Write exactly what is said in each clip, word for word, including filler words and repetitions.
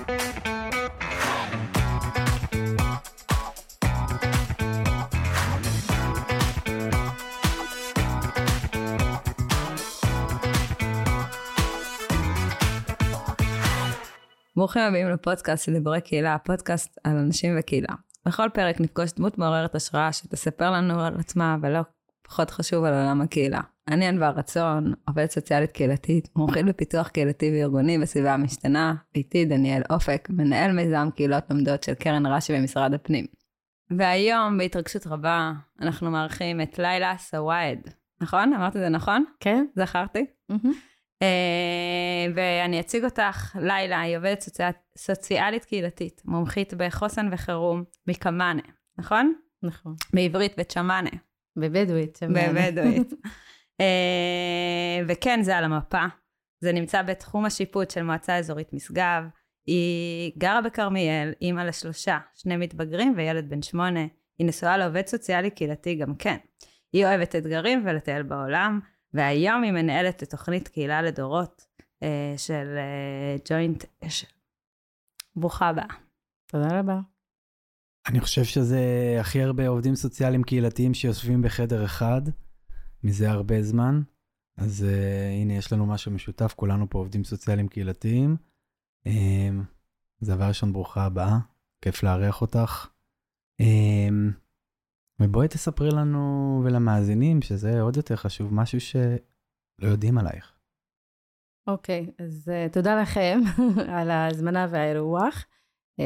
ברוכים הבאים לפודקאסט של דיבורי קהילה, הפודקאסט על אנשים וקהילה. בכל פרק נפגוש דמות מעוררת השראה שתספר לנו על עצמה, ולא פחות חשוב על עולם הקהילה. אני ענווה רצון, עובדת סוציאלית קהילתית, מומחית בפיתוח קהילתי וארגוני בסביבה המשתנה, איתי דניאל אופק, מנהל מיזם קהילות לומדות של קרן רש"י במשרד הפנים. והיום, בהתרגשות רבה, אנחנו מארחים את לילה סוואעד. נכון? אמרתי זה נכון? כן. זכרתי? Mm-hmm. Uh, ואני אציג אותך. לילה היא עובדת סוציאל... סוציאלית קהילתית, מומחית בחוסן וחירום מקמאנה, נכון? נכון. בעברית בצ'מאנה. בבדואית. בבדואית. uh, וכן, זה על המפה. זה נמצא בתחום השיפוט של מועצה אזורית משגב. היא גרה בכרמיאל, אימא לשלושה, שני מתבגרים וילד בן שמונה. היא נשואה לעובד סוציאלי קהילתי גם כן. היא אוהבת אתגרים ולטייל בעולם. והיום היא מנהלת את תוכנית קהילה לדורות אה, של אה, ג'וינט אשל. ברוכה הבאה. תודה רבה. אני חושב שזה הכי הרבה עובדים סוציאליים קהילתיים שיושבים בחדר אחד, מזה הרבה זמן. אז אה, הנה יש לנו משהו משותף, כולנו פה עובדים סוציאליים קהילתיים. אה, זה דבר ראשון, ברוכה הבאה, כיף לארח אותך. אה, ובואי תספרי לנו ולמאזינים, שזה עוד יותר חשוב, משהו שלא יודעים עלייך. אוקיי, okay, אז uh, תודה לכם על ההזמנה והאירוח. Uh,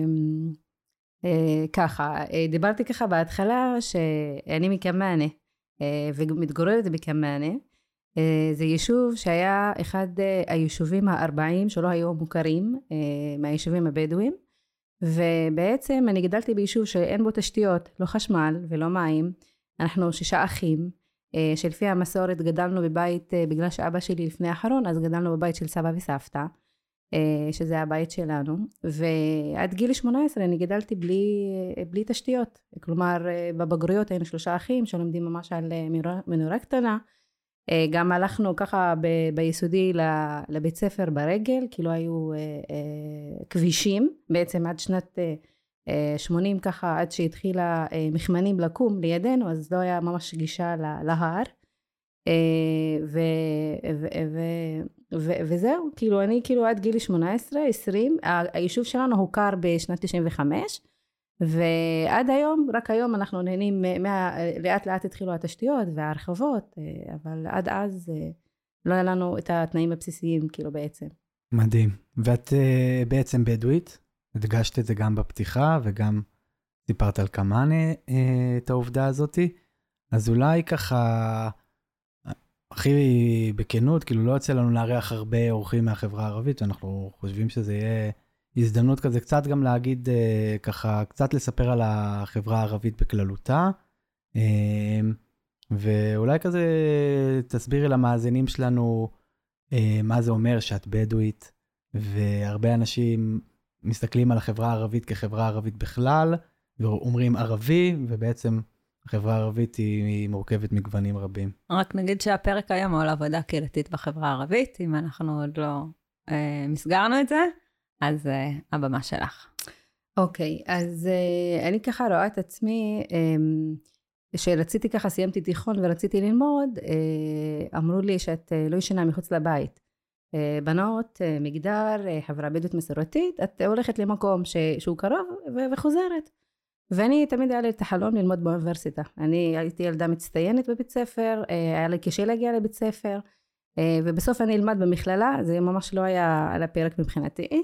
uh, ככה, uh, דיברתי ככה בהתחלה שאני מקמאנה, uh, ומתגוררת בקמאנה. Uh, זה יישוב שהיה אחד uh, היישובים הארבעים שלא היו מוכרים, uh, מהיישובים הבדואים. ובעצם אני גדלתי ביישוב שאין בו תשתיות, לא חשמל ולא מים. אנחנו שישה אחים, שלפי המסורת גדלנו בבית, בגלל שאבא שלי לפני האחרון, אז גדלנו בבית של סבא וסבתא, שזה הבית שלנו. ועד גיל שמונה עשרה אני גדלתי בלי, בלי תשתיות. כלומר, בבגרויות היינו שלושה אחים שלומדים ממש על מנורה קטנה. גם הלכנו ככה ב- ביסודי לבית ספר ברגל, כי לא היו אה, אה, כבישים, בעצם עד שנת אה, שמונים ככה, עד שהתחילה אה, מחמנים לקום לידינו, אז לא היה ממש גישה להר, אה, ו- ו- ו- ו- וזהו, כאילו אני כאילו עד גיל שמונה עשרה עשרים, היישוב שלנו הוכר בשנת תשעים וחמש, ועד היום, רק היום אנחנו נהנים, מה, לאט לאט התחילו התשתיות וההרחבות, אבל עד אז לא היה לנו את התנאים הבסיסיים, כאילו בעצם. מדהים. ואת uh, בעצם בדואית, הדגשת את זה גם בפתיחה, וגם סיפרת על כמאנה uh, את העובדה הזאת, אז אולי ככה, הכי בכנות, כאילו לא יוצא לנו לארח הרבה אורחים מהחברה הערבית, ואנחנו חושבים שזה יהיה הזדמנות כזה קצת גם להגיד, אה, ככה קצת לספר על החברה הערבית בכללותה, אה, ואולי כזה תסבירי למאזינים שלנו אה, מה זה אומר שאת בדואית, והרבה אנשים מסתכלים על החברה הערבית כחברה הערבית בכלל, ואומרים ערבי, ובעצם החברה הערבית היא, היא מורכבת מגוונים רבים. רק נגיד שהפרק היום הוא על עבודה קהילתית בחברה הערבית, אם אנחנו עוד לא אה, מסגרנו את זה, אז uh, הבמה שלך. אוקיי, okay, אז uh, אני ככה רואה את עצמי, um, שרציתי ככה, סיימתי תיכון ורציתי ללמוד, uh, אמרו לי שאת uh, לא ישנה מחוץ לבית. Uh, בנות, uh, מגדר, uh, חברה בדואית מסורתית, את הולכת למקום ש, שהוא קרוב ו- וחוזרת. ואני תמיד היה לי את החלום ללמוד באוניברסיטה. אני הייתי ילדה מצטיינת בבית ספר, uh, היה לי קשה להגיע לבית ספר, uh, ובסוף אני אלמד במכללה, זה ממש לא היה על הפרק מבחינתי.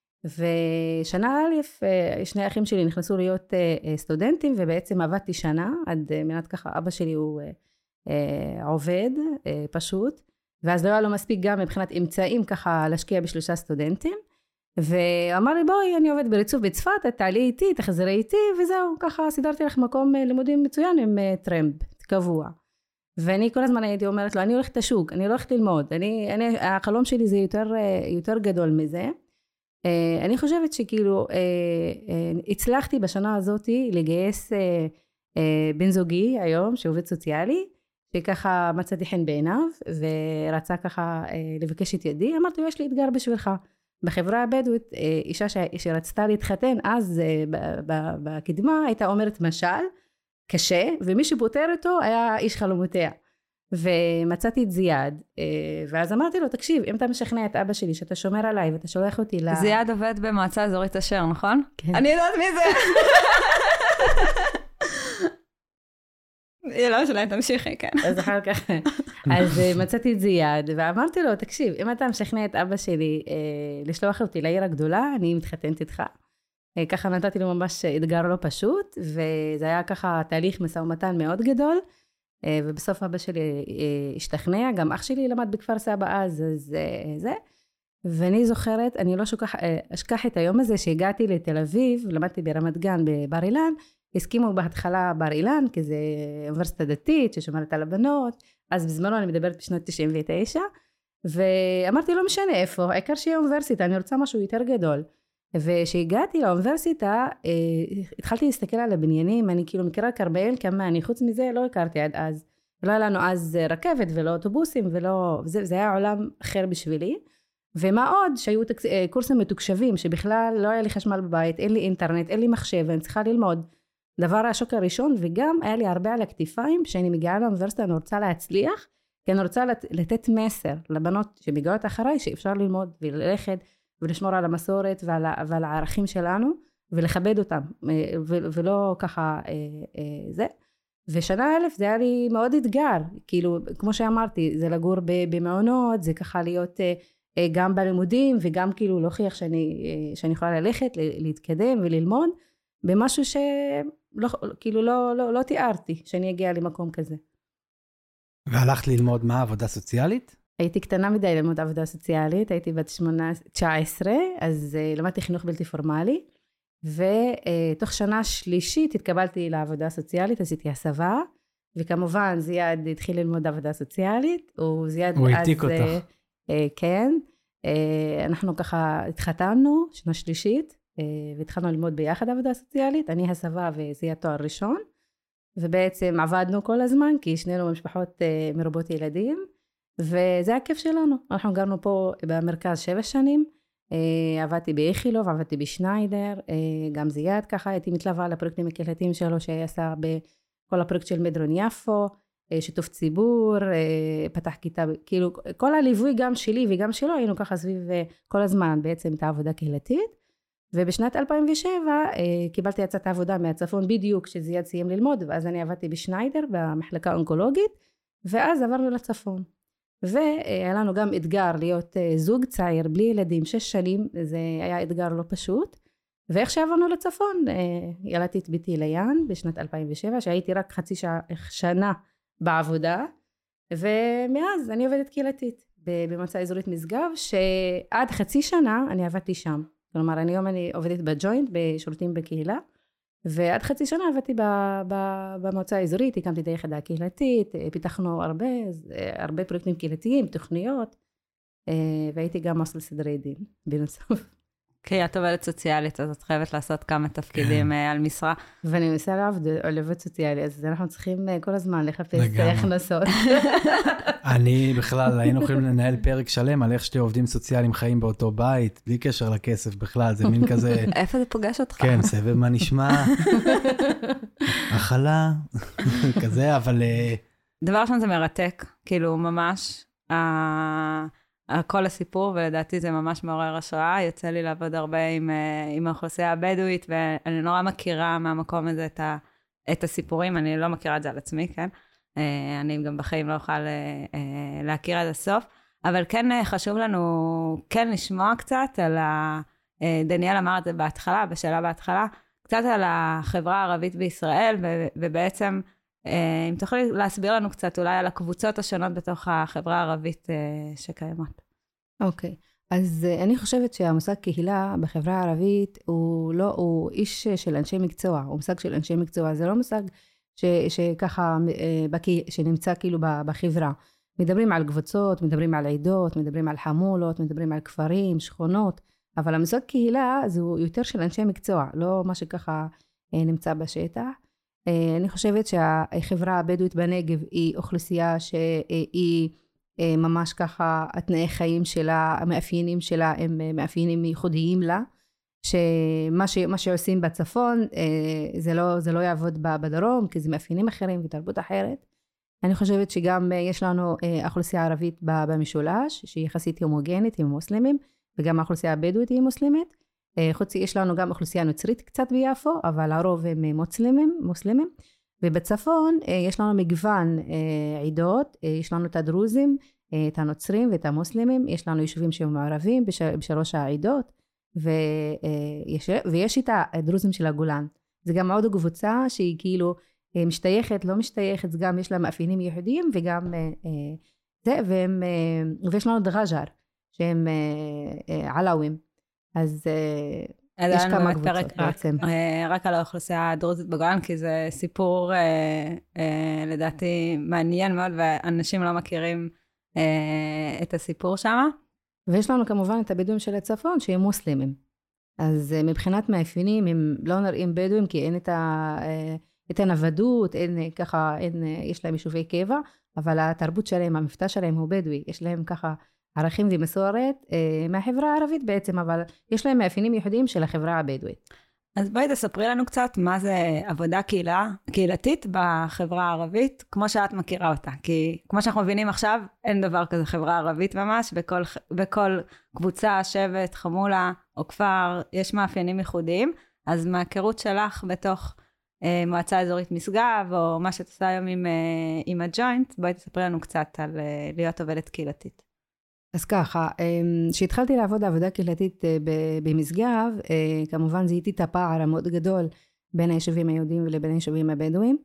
ושנה א', שני האחים שלי נכנסו להיות סטודנטים, ובעצם עבדתי שנה, עד מנת ככה, אבא שלי הוא עובד פשוט, ואז לא היה לו מספיק גם מבחינת אמצעים ככה להשקיע בשלושה סטודנטים, ואמר לי בואי, אני עובד בריצוף בצפת, תעלי איתי, תחזרי איתי, וזהו, ככה סידרתי לך מקום לימודים מצוין עם טרמפ קבוע. ואני כל הזמן הייתי אומרת לו, אני הולכת לשוק, אני לא הולכת ללמוד, אני, אני, החלום שלי זה יותר, יותר גדול מזה. אני חושבת שכאילו הצלחתי בשנה הזאת לגייס בן זוגי היום שעובד סוציאלי, שככה מצאתי חן בעיניו ורצה ככה לבקש את ידי. אמרתי לו, יש לי אתגר בשבילך, בחברה הבדואית, אישה שרצתה להתחתן, אז בקדמה הייתה אומרת משל, קשה, ומי שפותר אותו היה איש חלומותיה. ומצאתי את זיאד, ואז אמרתי לו, תקשיב, אם אתה משכנע את אבא שלי, שאתה שומר עליי, ואתה שולח אותי ל... זיאד עובד במועצה אזורית אשר, נכון? כן. אני יודעת מי זה. היא לא שלהם, תמשיכי, כן. אז אחר כך, אז מצאתי את זיאד, ואמרתי לו, תקשיב, אם אתה משכנע את אבא שלי לשלוח אותי לעיר הגדולה, אני מתחתנת איתך. ככה נתתי לו ממש אתגר לא פשוט, וזה היה ככה תהליך משא ומתן מאוד גדול, ובסוף אבא שלי השתכנע, גם אח שלי למד בכפר סבא אז, אז זה, ואני זוכרת, אני לא שוכח, אשכח את היום הזה שהגעתי לתל אביב, למדתי ברמת גן בבר אילן, הסכימו בהתחלה בר אילן, כי זה אוניברסיטה דתית ששומרת על הבנות, אז בזמנו אני מדברת בשנות תשעים ותשע, ואמרתי לא משנה איפה, העיקר שיהיה אוניברסיטה, אני רוצה משהו יותר גדול. ושהגעתי לאוניברסיטה, התחלתי להסתכל על הבניינים, אני כאילו מכירה כרמל כמה, אני חוץ מזה לא הכרתי עד אז, לא היה לנו אז רכבת ולא אוטובוסים, ולא, זה, זה היה עולם אחר בשבילי, ומה עוד שהיו תקס, קורסים מתוקשבים, שבכלל לא היה לי חשמל בבית, אין לי אינטרנט, אין לי מחשב, ואני צריכה ללמוד, דבר השוק הראשון, וגם היה לי הרבה על הכתפיים, שאני מגיעה לאוניברסיטה, אני רוצה להצליח, כי אני רוצה לת, לתת מסר לבנות שמגיעות אחריי, שאפשר ללמוד וללכת, ולשמור על המסורת ועל, ועל הערכים שלנו, ולכבד אותם, ולא ככה זה. ושנה א' זה היה לי מאוד אתגר, כאילו, כמו שאמרתי, זה לגור במעונות, זה ככה להיות גם בלימודים, וגם כאילו להוכיח שאני, שאני יכולה ללכת, להתקדם וללמוד, במשהו שלא, כאילו לא, לא, לא תיארתי, שאני אגיע למקום כזה. והלכת ללמוד מה? עבודה סוציאלית? הייתי קטנה מדי ללמוד עבודה סוציאלית, הייתי בת תשע עשרה, אז uh, למדתי חינוך בלתי פורמלי, ותוך uh, שנה שלישית התקבלתי לעבודה סוציאלית, עשיתי הסבה, וכמובן זיאד התחיל ללמוד עבודה סוציאלית, וזיאד הוא אז... העתיק אותך. Uh, uh, כן, uh, אנחנו ככה התחתנו, שנה שלישית, uh, והתחלנו ללמוד ביחד עבודה סוציאלית, אני הסבה וזיאד תואר ראשון, ובעצם עבדנו כל הזמן, כי שנינו משפחות uh, מרובות ילדים, וזה הכיף שלנו. אנחנו גרנו פה במרכז שבע שנים, עבדתי באיכילוב, עבדתי בשניידר, גם זיאד ככה, הייתי מתלווה על הפרויקטים הקהילתיים שלו, שעשה בכל הפרויקט של מדרון יפו, שיתוף ציבור, פתח כיתה, כאילו כל הליווי גם שלי וגם שלו, היינו ככה סביב כל הזמן בעצם את העבודה הקהילתית, ובשנת אלפיים ושבע קיבלתי הצעת עבודה מהצפון בדיוק שזיאד סיים ללמוד, ואז אני עבדתי בשניידר במחלקה אונקולוגית, ואז עברנו לצפון. והיה לנו גם אתגר להיות זוג צעיר בלי ילדים, שש שנים, זה היה אתגר לא פשוט, ואיך שעברנו לצפון, ילדתי את ביתי ליאן בשנת אלפיים ושבע, שהייתי רק חצי שנה בעבודה, ומאז אני עובדת קהילתית במועצה אזורית משגב, שעד חצי שנה אני עבדתי שם, כלומר אני היום אני עובדת בג'וינט, בשירותים בקהילה, ועד חצי שנה עבדתי במועצה האזורית, הקמתי את היחידה הקהילתית, פיתחנו הרבה, הרבה פרויקטים קהילתיים, תוכניות, והייתי גם מסלול סדרי דין בנוסף. כי את עובדת סוציאלית, אז את חייבת לעשות כמה תפקידים על משרה. ואני מנסה לעבוד סוציאלי, אז אנחנו צריכים כל הזמן לחפש הכנסות. אני בכלל, היינו יכולים לנהל פרק שלם על איך שתי עובדים סוציאליים חיים באותו בית, בלי קשר לכסף בכלל, זה מין כזה... איפה זה פוגש אותך? כן, סבב מה נשמע, אכלה, כזה, אבל... דבר ראשון זה מרתק, כאילו ממש... כל הסיפור, ולדעתי זה ממש מעורר השראה, יוצא לי לעבוד הרבה עם, עם האוכלוסייה הבדואית, ואני נורא מכירה מהמקום הזה את, ה, את הסיפורים, אני לא מכירה את זה על עצמי, כן? אני גם בחיים לא אוכל להכיר עד הסוף, אבל כן חשוב לנו כן לשמוע קצת על ה... דניאל אמר את זה בהתחלה, בשאלה בהתחלה, קצת על החברה הערבית בישראל, ובעצם אם תוכלי להסביר לנו קצת אולי על הקבוצות השונות בתוך החברה הערבית שקיימות. אוקיי, okay. אז אני חושבת שהמושג קהילה בחברה הערבית הוא לא, הוא איש של אנשי מקצוע, הוא מושג של אנשי מקצוע, זה לא מושג ש, שככה, שנמצא כאילו בחברה. מדברים על קבוצות, מדברים על עדות, מדברים על חמולות, מדברים על כפרים, שכונות, אבל המושג קהילה זה יותר של אנשי מקצוע, לא מה שככה נמצא בשטח. אני חושבת שהחברה הבדואית בנגב היא אוכלוסייה שהיא ממש ככה התנאי חיים שלה, המאפיינים שלה הם מאפיינים ייחודיים לה, שמה ש, מה שעושים בצפון זה לא, זה לא יעבוד בדרום, כי זה מאפיינים אחרים ותרבות אחרת. אני חושבת שגם יש לנו אוכלוסייה ערבית במשולש, שהיא יחסית הומוגנית עם מוסלמים, וגם האוכלוסייה הבדואית היא מוסלמית. חוץ יש לנו גם אוכלוסייה נוצרית קצת ביפו, אבל הרוב הם מוסלמים, מוסלמים. ובצפון יש לנו מגוון עדות, יש לנו את הדרוזים, את הנוצרים ואת המוסלמים, יש לנו יישובים שהם מערבים בשלוש העדות, ויש, ויש את הדרוזים של הגולן. זה גם עוד קבוצה שהיא כאילו משתייכת, לא משתייכת, זה גם יש לה מאפיינים ייחודיים, וגם זה, והם, ויש לנו דרג'ר, שהם עלאווים. אז יש כמה קבוצות בעצם. רק על האוכלוסייה הדרוזית בגולן, כי זה סיפור לדעתי מעניין מאוד, ואנשים לא מכירים את הסיפור שם. ויש לנו כמובן את הבדואים של הצפון, שהם מוסלמים. אז מבחינת מאפיינים, הם לא נראים בדואים, כי אין את ה... את הנוודות, אין ככה, אין, יש להם יישובי קבע, אבל התרבות שלהם, המבטא שלהם הוא בדואי, יש להם ככה ערכים ומסורת אה, מהחברה הערבית בעצם, אבל יש להם מאפיינים ייחודיים של החברה הבדואית. אז בואי תספרי לנו קצת מה זה עבודה קהילה, קהילתית בחברה הערבית, כמו שאת מכירה אותה, כי כמו שאנחנו מבינים עכשיו, אין דבר כזה חברה ערבית ממש, בכל, בכל קבוצה, שבט, חמולה או כפר, יש מאפיינים ייחודיים, אז מהכירות שלך בתוך מועצה אזורית משגב, או מה שאת עושה היום עם, עם הג'וינט, בואי תספרי לנו קצת על להיות עובדת קהילתית. אז ככה, כשהתחלתי לעבוד עבודה קהילתית במשגב, כמובן זיהיתי את הפער המאוד גדול בין היישובים היהודים ולבין היישובים הבדואים,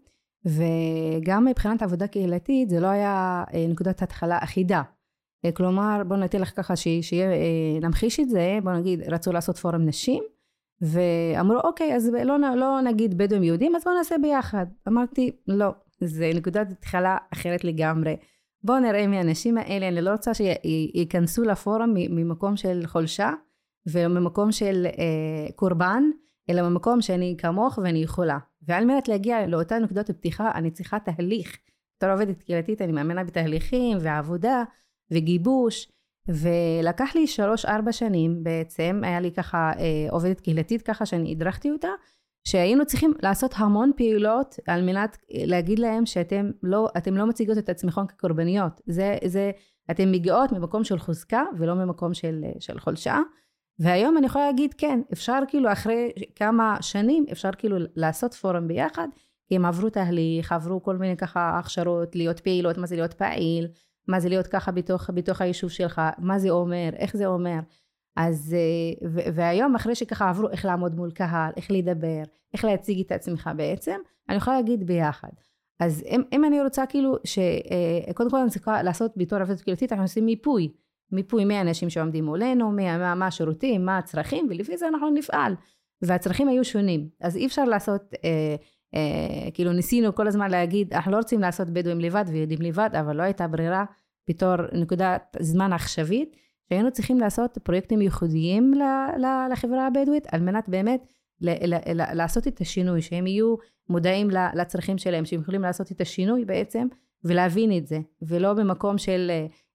וגם מבחינת עבודה קהילתית זה לא היה נקודת התחלה אחידה. כלומר, בוא נתן לך ככה שיהיה, נמחיש את זה, בוא נגיד, רצו לעשות פורום נשים, ואמרו, אוקיי, אז לא, לא נגיד בדואים יהודים, אז בואו נעשה ביחד. אמרתי, לא, זה נקודת התחלה אחרת לגמרי. בואו נראה מהאנשים האלה, אני לא רוצה שיכנסו לפורום ממקום של חולשה, וממקום של אה, קורבן, אלא ממקום שאני כמוך ואני יכולה. ועל מנת להגיע לאותה נקודת הפתיחה, אני צריכה תהליך. בתור עובדת קהילתית, אני מאמינה בתהליכים ועבודה וגיבוש, ולקח לי שלוש ארבע שנים בעצם, היה לי ככה אה, עובדת קהילתית ככה שאני הדרכתי אותה, שהיינו צריכים לעשות המון פעילות על מנת להגיד להם שאתם לא, אתם לא מציגות את עצמכם כקורבניות, זה, זה, אתם מגיעות ממקום של חוזקה ולא ממקום של, של חולשה, והיום אני יכולה להגיד כן, אפשר כאילו אחרי כמה שנים, אפשר כאילו לעשות פורום ביחד, כי הם עברו תהליך, עברו כל מיני ככה הכשרות, להיות פעילות, מה זה להיות פעיל, מה זה להיות ככה בתוך, בתוך היישוב שלך, מה זה אומר, איך זה אומר. אז, והיום אחרי שככה עברו איך לעמוד מול קהל, איך לדבר, איך להציג את עצמך בעצם, אני יכולה להגיד ביחד. אז אם, אם אני רוצה כאילו, שקודם כל אני צריכה לעשות בתור עבודת קהילתית, אנחנו עושים מיפוי, מיפוי מהאנשים שעומדים מולנו, מה, מה, מה השירותים, מה הצרכים, ולפי זה אנחנו נפעל. והצרכים היו שונים, אז אי אפשר לעשות, אה, אה, כאילו ניסינו כל הזמן להגיד, אנחנו לא רוצים לעשות בדואים לבד ויהודים לבד, אבל לא הייתה ברירה בתור נקודת זמן עכשווית, שהיינו צריכים לעשות פרויקטים ייחודיים לחברה הבדואית, על מנת באמת לעשות את השינוי, שהם יהיו מודעים לצרכים שלהם, שהם יכולים לעשות את השינוי בעצם, ולהבין את זה, ולא במקום של,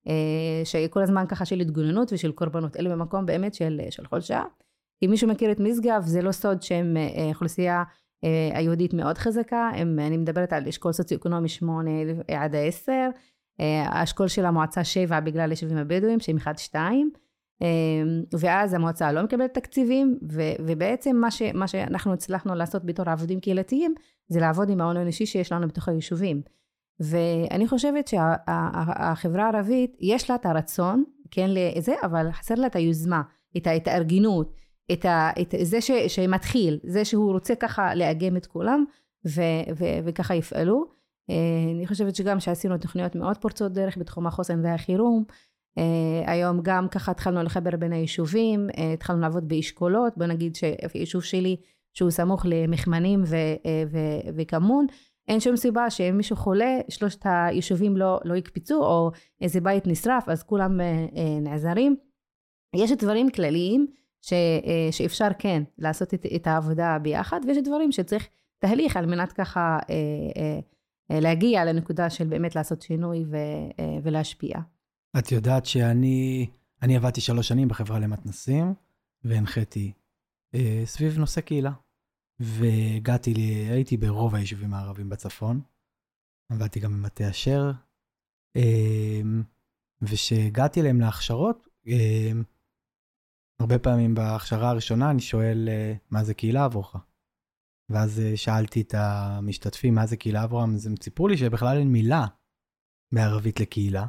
שכל הזמן ככה של התגוננות ושל קורבנות, אלא במקום באמת של, של חולשה. אם מישהו מכיר את משגב, זה לא סוד שהם אוכלוסייה היהודית מאוד חזקה, הם, אני מדברת על אשכול סוציו-אקונומי שמונה עד העשר, האשכול של המועצה שבע בגלל היישובים הבדואים שהם אחד שתיים, ואז המועצה לא מקבלת תקציבים, ובעצם מה, ש, מה שאנחנו הצלחנו לעשות בתור עבודים קהילתיים, זה לעבוד עם ההון האנושי שיש לנו בתוך היישובים. ואני חושבת שהחברה הערבית יש לה את הרצון, כן לזה, אבל חסר לה את היוזמה, את ההתארגנות, את, ה, את זה ש, שמתחיל, זה שהוא רוצה ככה לאגם את כולם, ו, ו, וככה יפעלו. אני חושבת שגם שעשינו תוכניות מאוד פורצות דרך בתחום החוסן והחירום, היום גם ככה התחלנו לחבר בין היישובים, התחלנו לעבוד באשכולות, בוא נגיד שהיישוב שלי שהוא סמוך למחמנים וכמון, אין שום סיבה שאם מישהו חולה, שלושת היישובים לא, לא יקפיצו, או איזה בית נשרף, אז כולם נעזרים. יש דברים כלליים ש, שאפשר כן לעשות את, את העבודה ביחד, ויש דברים שצריך תהליך על מנת ככה להגיע לנקודה של באמת לעשות שינוי ולהשפיע. את יודעת שאני, אני עבדתי שלוש שנים בחברה למתנסים, והנחיתי אה, סביב נושא קהילה. והגעתי לי, הייתי ברוב היישובים הערבים בצפון, עבדתי גם במטה אשר, אה, ושהגעתי להם להכשרות, אה, הרבה פעמים בהכשרה הראשונה אני שואל אה, מה זה קהילה עבורך. ואז אה, שאלתי את המשתתפים מה זה קהילה עבורם, אז הם סיפרו לי שבכלל אין מילה בערבית לקהילה.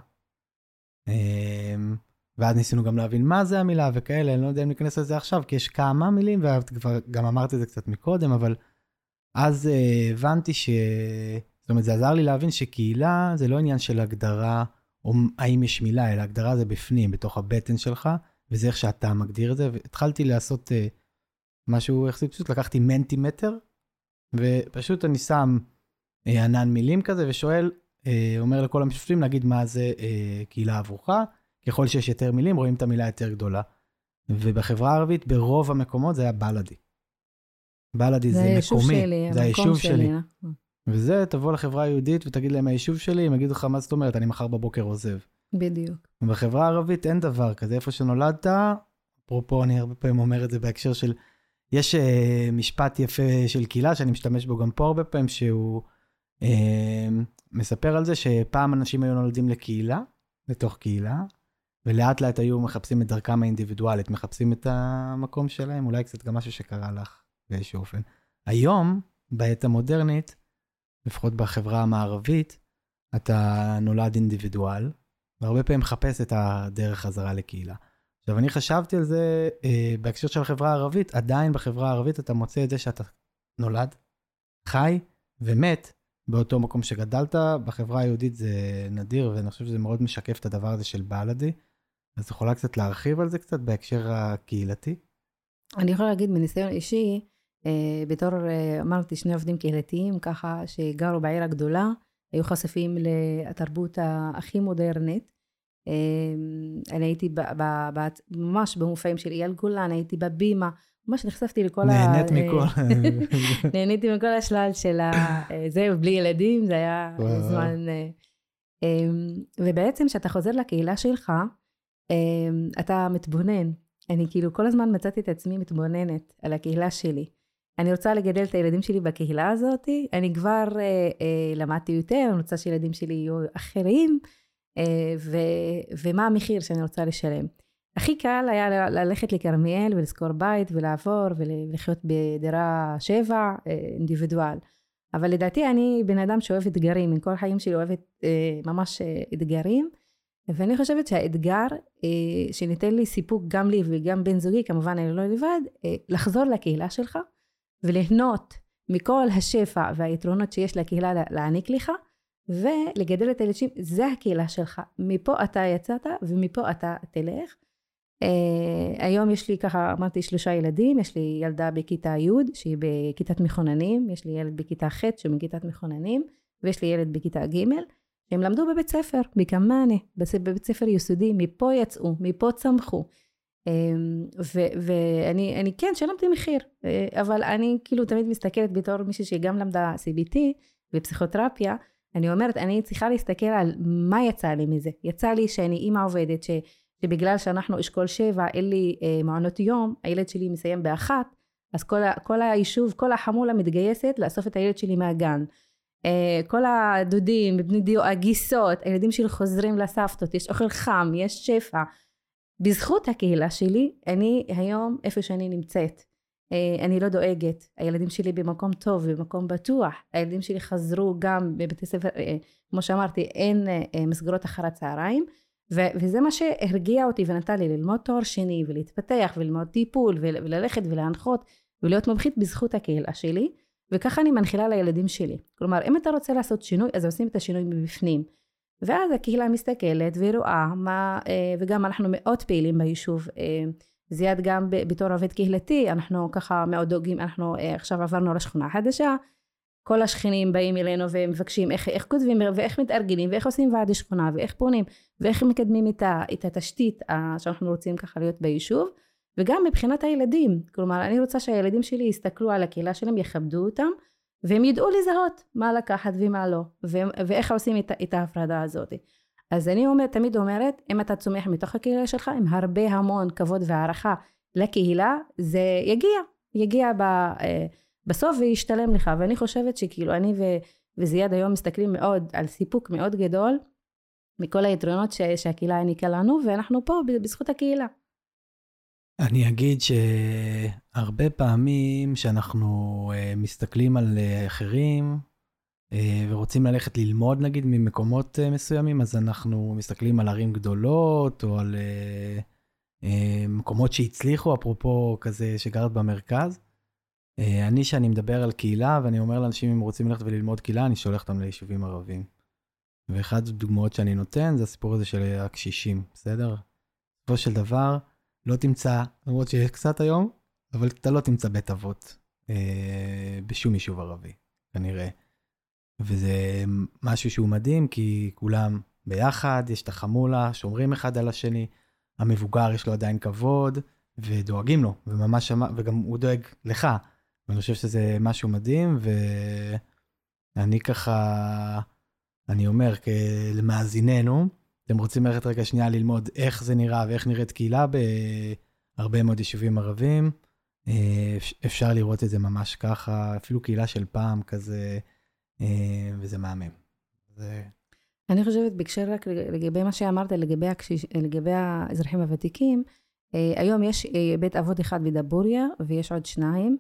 ואז ניסינו גם להבין מה זה המילה וכאלה, אני לא יודע אם ניכנס לזה עכשיו, כי יש כמה מילים, וגם אמרתי את זה קצת מקודם, אבל אז הבנתי ש... זאת אומרת, זה עזר לי להבין שקהילה זה לא עניין של הגדרה, או האם יש מילה, אלא הגדרה זה בפנים, בתוך הבטן שלך, וזה איך שאתה מגדיר את זה, והתחלתי לעשות משהו יחסית פשוט, לקחתי מנטימטר, ופשוט אני שם ענן מילים כזה, ושואל, אומר לכל המשתתפים, נגיד מה זה קהילה עבורך, ככל שיש יותר מילים, רואים את המילה יותר גדולה. ובחברה הערבית, ברוב המקומות, זה היה בלדי. בלדי זה, זה מקומי. שלי, זה היישוב שלי. שלי. וזה, תבוא לחברה היהודית ותגיד להם, היישוב שלי, הם יגידו לך, מה זאת אומרת, אני מחר בבוקר עוזב. בדיוק. ובחברה הערבית אין דבר כזה, איפה שנולדת, אפרופו, אני הרבה פעמים אומר את זה בהקשר של, יש uh, משפט יפה של קהילה, שאני משתמש בו גם פה הרבה פעמים, שהוא uh, מספר על זה, שפעם אנשים היו נולדים לקהילה, לתוך קהילה, ולאט לאט היו מחפשים את דרכם האינדיבידואלית, מחפשים את המקום שלהם, אולי קצת גם משהו שקרה לך באיזשהו אופן. היום, בעת המודרנית, לפחות בחברה המערבית, אתה נולד אינדיבידואל, והרבה פעמים מחפש את הדרך חזרה לקהילה. עכשיו, אני חשבתי על זה אה, בהקשר של החברה הערבית, עדיין בחברה הערבית אתה מוצא את זה שאתה נולד, חי ומת באותו מקום שגדלת. בחברה היהודית זה נדיר, ואני חושב שזה מאוד משקף את הדבר הזה של בלדי. אז את יכולה קצת להרחיב על זה קצת בהקשר הקהילתי? אני יכולה להגיד מניסיון אישי, אה, בתור, אה, אמרתי, שני עובדים קהילתיים, ככה שגרו בעיר הגדולה, היו חשופים לתרבות הכי מודרנית. אה, אני הייתי ב, ב, ב, ממש במופעים של אייל גולן, הייתי בבימה, ממש נחשפתי לכל נהנית ה... מכל. נהניתי מכל השלל של זה, בלי ילדים, זה היה זמן... ובעצם כשאתה חוזר לקהילה שלך, אתה מתבונן. אני כאילו כל הזמן מצאתי את עצמי מתבוננת על הקהילה שלי. אני רוצה לגדל את הילדים שלי בקהילה הזאת, אני כבר למדתי יותר, אני רוצה שילדים שלי יהיו אחרים, ומה המחיר שאני רוצה לשלם. הכי קל היה ללכת לכרמיאל ולזכור בית ולעבור ולחיות בדירה שבע, אינדיבידואל. אבל לדעתי אני בן אדם שאוהב אתגרים, עם כל החיים שלי אוהבת ממש אתגרים, ואני חושבת שהאתגר שניתן לי סיפוק גם לי וגם בן זוגי, כמובן אני לא לבד, לחזור לקהילה שלך וליהנות מכל השפע והיתרונות שיש לקהילה להעניק לך, ולגדל את הילדים, זה הקהילה שלך. מפה אתה יצאת ומפה אתה תלך. Uh, היום יש לי ככה, אמרתי שלושה ילדים, יש לי ילדה בכיתה י' שהיא בכיתת מכוננים, יש לי ילד בכיתה ח' שהוא מכיתת מכוננים, ויש לי ילד בכיתה ג' שהם למדו בבית ספר, בכמאנה, בבית ספר יסודי, מפה יצאו, מפה צמחו, uh, ואני אני כן שלמתי מחיר, uh, אבל אני כאילו תמיד מסתכלת בתור מישהי שגם למדה סי בי טי ופסיכותרפיה, אני אומרת אני צריכה להסתכל על מה יצא לי מזה, יצא לי שאני אימא עובדת ש... שבגלל שאנחנו אשכול שבע, אין לי אה, מעונות יום, הילד שלי מסיים באחת, אז כל, ה, כל היישוב, כל החמולה מתגייסת לאסוף את הילד שלי מהגן. אה, כל הדודים, בני דיו, הגיסות, הילדים שלי חוזרים לסבתות, יש אוכל חם, יש שפע. בזכות הקהילה שלי, אני היום איפה שאני נמצאת. אה, אני לא דואגת, הילדים שלי במקום טוב, במקום בטוח. הילדים שלי חזרו גם בבתי ספר, אה, כמו שאמרתי, אין אה, מסגרות אחר הצהריים, ו- וזה מה שהרגיע אותי ונתן לי ללמוד תואר שני ולהתפתח וללמוד טיפול ול- וללכת ולהנחות ולהיות מומחית בזכות הקהילה שלי, וככה אני מנחילה לילדים שלי. כלומר, אם אתה רוצה לעשות שינוי, אז עושים את השינוי מבפנים. ואז הקהילה מסתכלת ורואה מה, וגם אנחנו מאוד פעילים ביישוב, זיד גם בתור עובד קהילתי, אנחנו ככה מאוד דואגים, אנחנו עכשיו עברנו לשכונה חדשה, כל השכנים באים אלינו ומבקשים איך, איך כותבים ואיך מתארגנים ואיך עושים ועד שכונה ואיך פונים ואיך מקדמים את, ה, את התשתית שאנחנו רוצים ככה להיות ביישוב, וגם מבחינת הילדים, כלומר אני רוצה שהילדים שלי יסתכלו על הקהילה שלהם, יכבדו אותם והם ידעו לזהות מה לקחת ומה לא, ו- ואיך עושים את, את ההפרדה הזאת. אז אני אומרת, תמיד אומרת, אם אתה צומח מתוך הקהילה שלך, עם הרבה המון כבוד והערכה לקהילה, זה יגיע, יגיע ב, בסוף וישתלם לך. ואני חושבת שכאילו אני ו, וזיאד היום מסתכלים מאוד על סיפוק מאוד גדול, מכל היתרונות ש, שהקהילה העניקה לנו, ואנחנו פה בזכות הקהילה. אני אגיד שהרבה פעמים שאנחנו מסתכלים על אחרים, ורוצים ללכת ללמוד נגיד ממקומות מסוימים, אז אנחנו מסתכלים על ערים גדולות, או על מקומות שהצליחו, אפרופו כזה שגרת במרכז. אני שאני מדבר על קהילה, ואני אומר לאנשים אם רוצים ללכת וללמוד קהילה, אני שולח אותם ליישובים ערבים. ואחת הדוגמאות שאני נותן, זה הסיפור הזה של הקשישים, בסדר? בסופו של דבר, לא תמצא, למרות שיש קצת היום, אבל אתה לא תמצא בית אבות בשום יישוב ערבי, כנראה. וזה משהו שהוא מדהים, כי כולם ביחד, יש את החמולה, שומרים אחד על השני, המבוגר יש לו עדיין כבוד, ודואגים לו, וממש, וגם הוא דואג לך. ואני חושב שזה משהו מדהים, ואני ככה, אני אומר, למאזיננו, אתם רוצים ללכת רגע שנייה ללמוד איך זה נראה, ואיך נראית קהילה בהרבה מאוד יישובים ערבים, אפשר לראות את זה ממש ככה, אפילו קהילה של פעם כזה, וזה מהמם. זה... אני חושבת, בקשר רק לגבי מה שאמרת, לגבי, הקשיש, לגבי האזרחים הוותיקים, היום יש בית אבות אחד בדבוריה, ויש עוד שניים,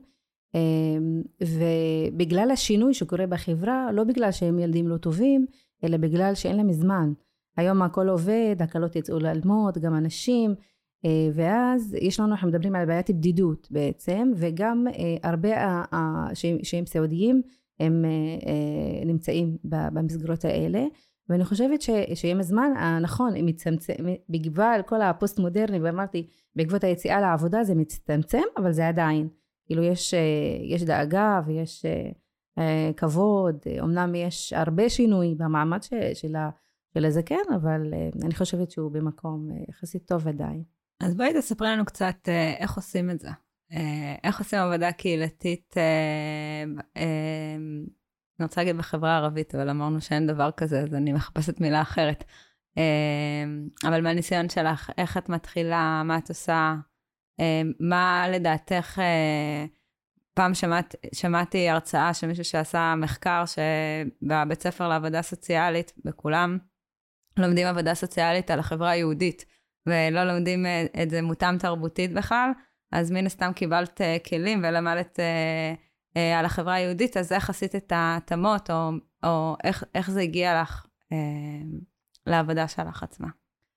ובגלל השינוי שקורה בחברה, לא בגלל שהם ילדים לא טובים, אלא בגלל שאין להם זמן. היום הכל עובד, הקלות יצאו ללמוד, גם אנשים, ואז יש לנו, אנחנו מדברים על בעיית בדידות בעצם, וגם הרבה שהם סיעודיים, הם נמצאים במסגרות האלה, ואני חושבת שיום הזמן, נכון, בגלל כל הפוסט מודרני, ואמרתי, בעקבות היציאה לעבודה זה מצטמצם, אבל זה עדיין, כאילו יש, יש דאגה ויש כבוד, אמנם יש הרבה שינוי במעמד של, של הזקן, אבל אני חושבת שהוא במקום יחסית טוב עדיין. אז בואי תספרי לנו קצת איך עושים את זה. איך עושים עבודה קהילתית, אני רוצה להגיד בחברה הערבית, אבל אמרנו שאין דבר כזה, אז אני מחפשת מילה אחרת. אבל מהניסיון שלך, איך את מתחילה, מה את עושה, מה לדעתך, פעם שמעת, שמעתי הרצאה של מישהו שעשה מחקר, שבבית ספר לעבודה סוציאלית, בכולם, לומדים עבודה סוציאלית על החברה היהודית, ולא לומדים את זה מותאם תרבותית בכלל, אז מן הסתם קיבלת כלים ולמדת על החברה היהודית, אז איך עשית את ההתאמות, או, או איך, איך זה הגיע לך לעבודה שלך עצמה?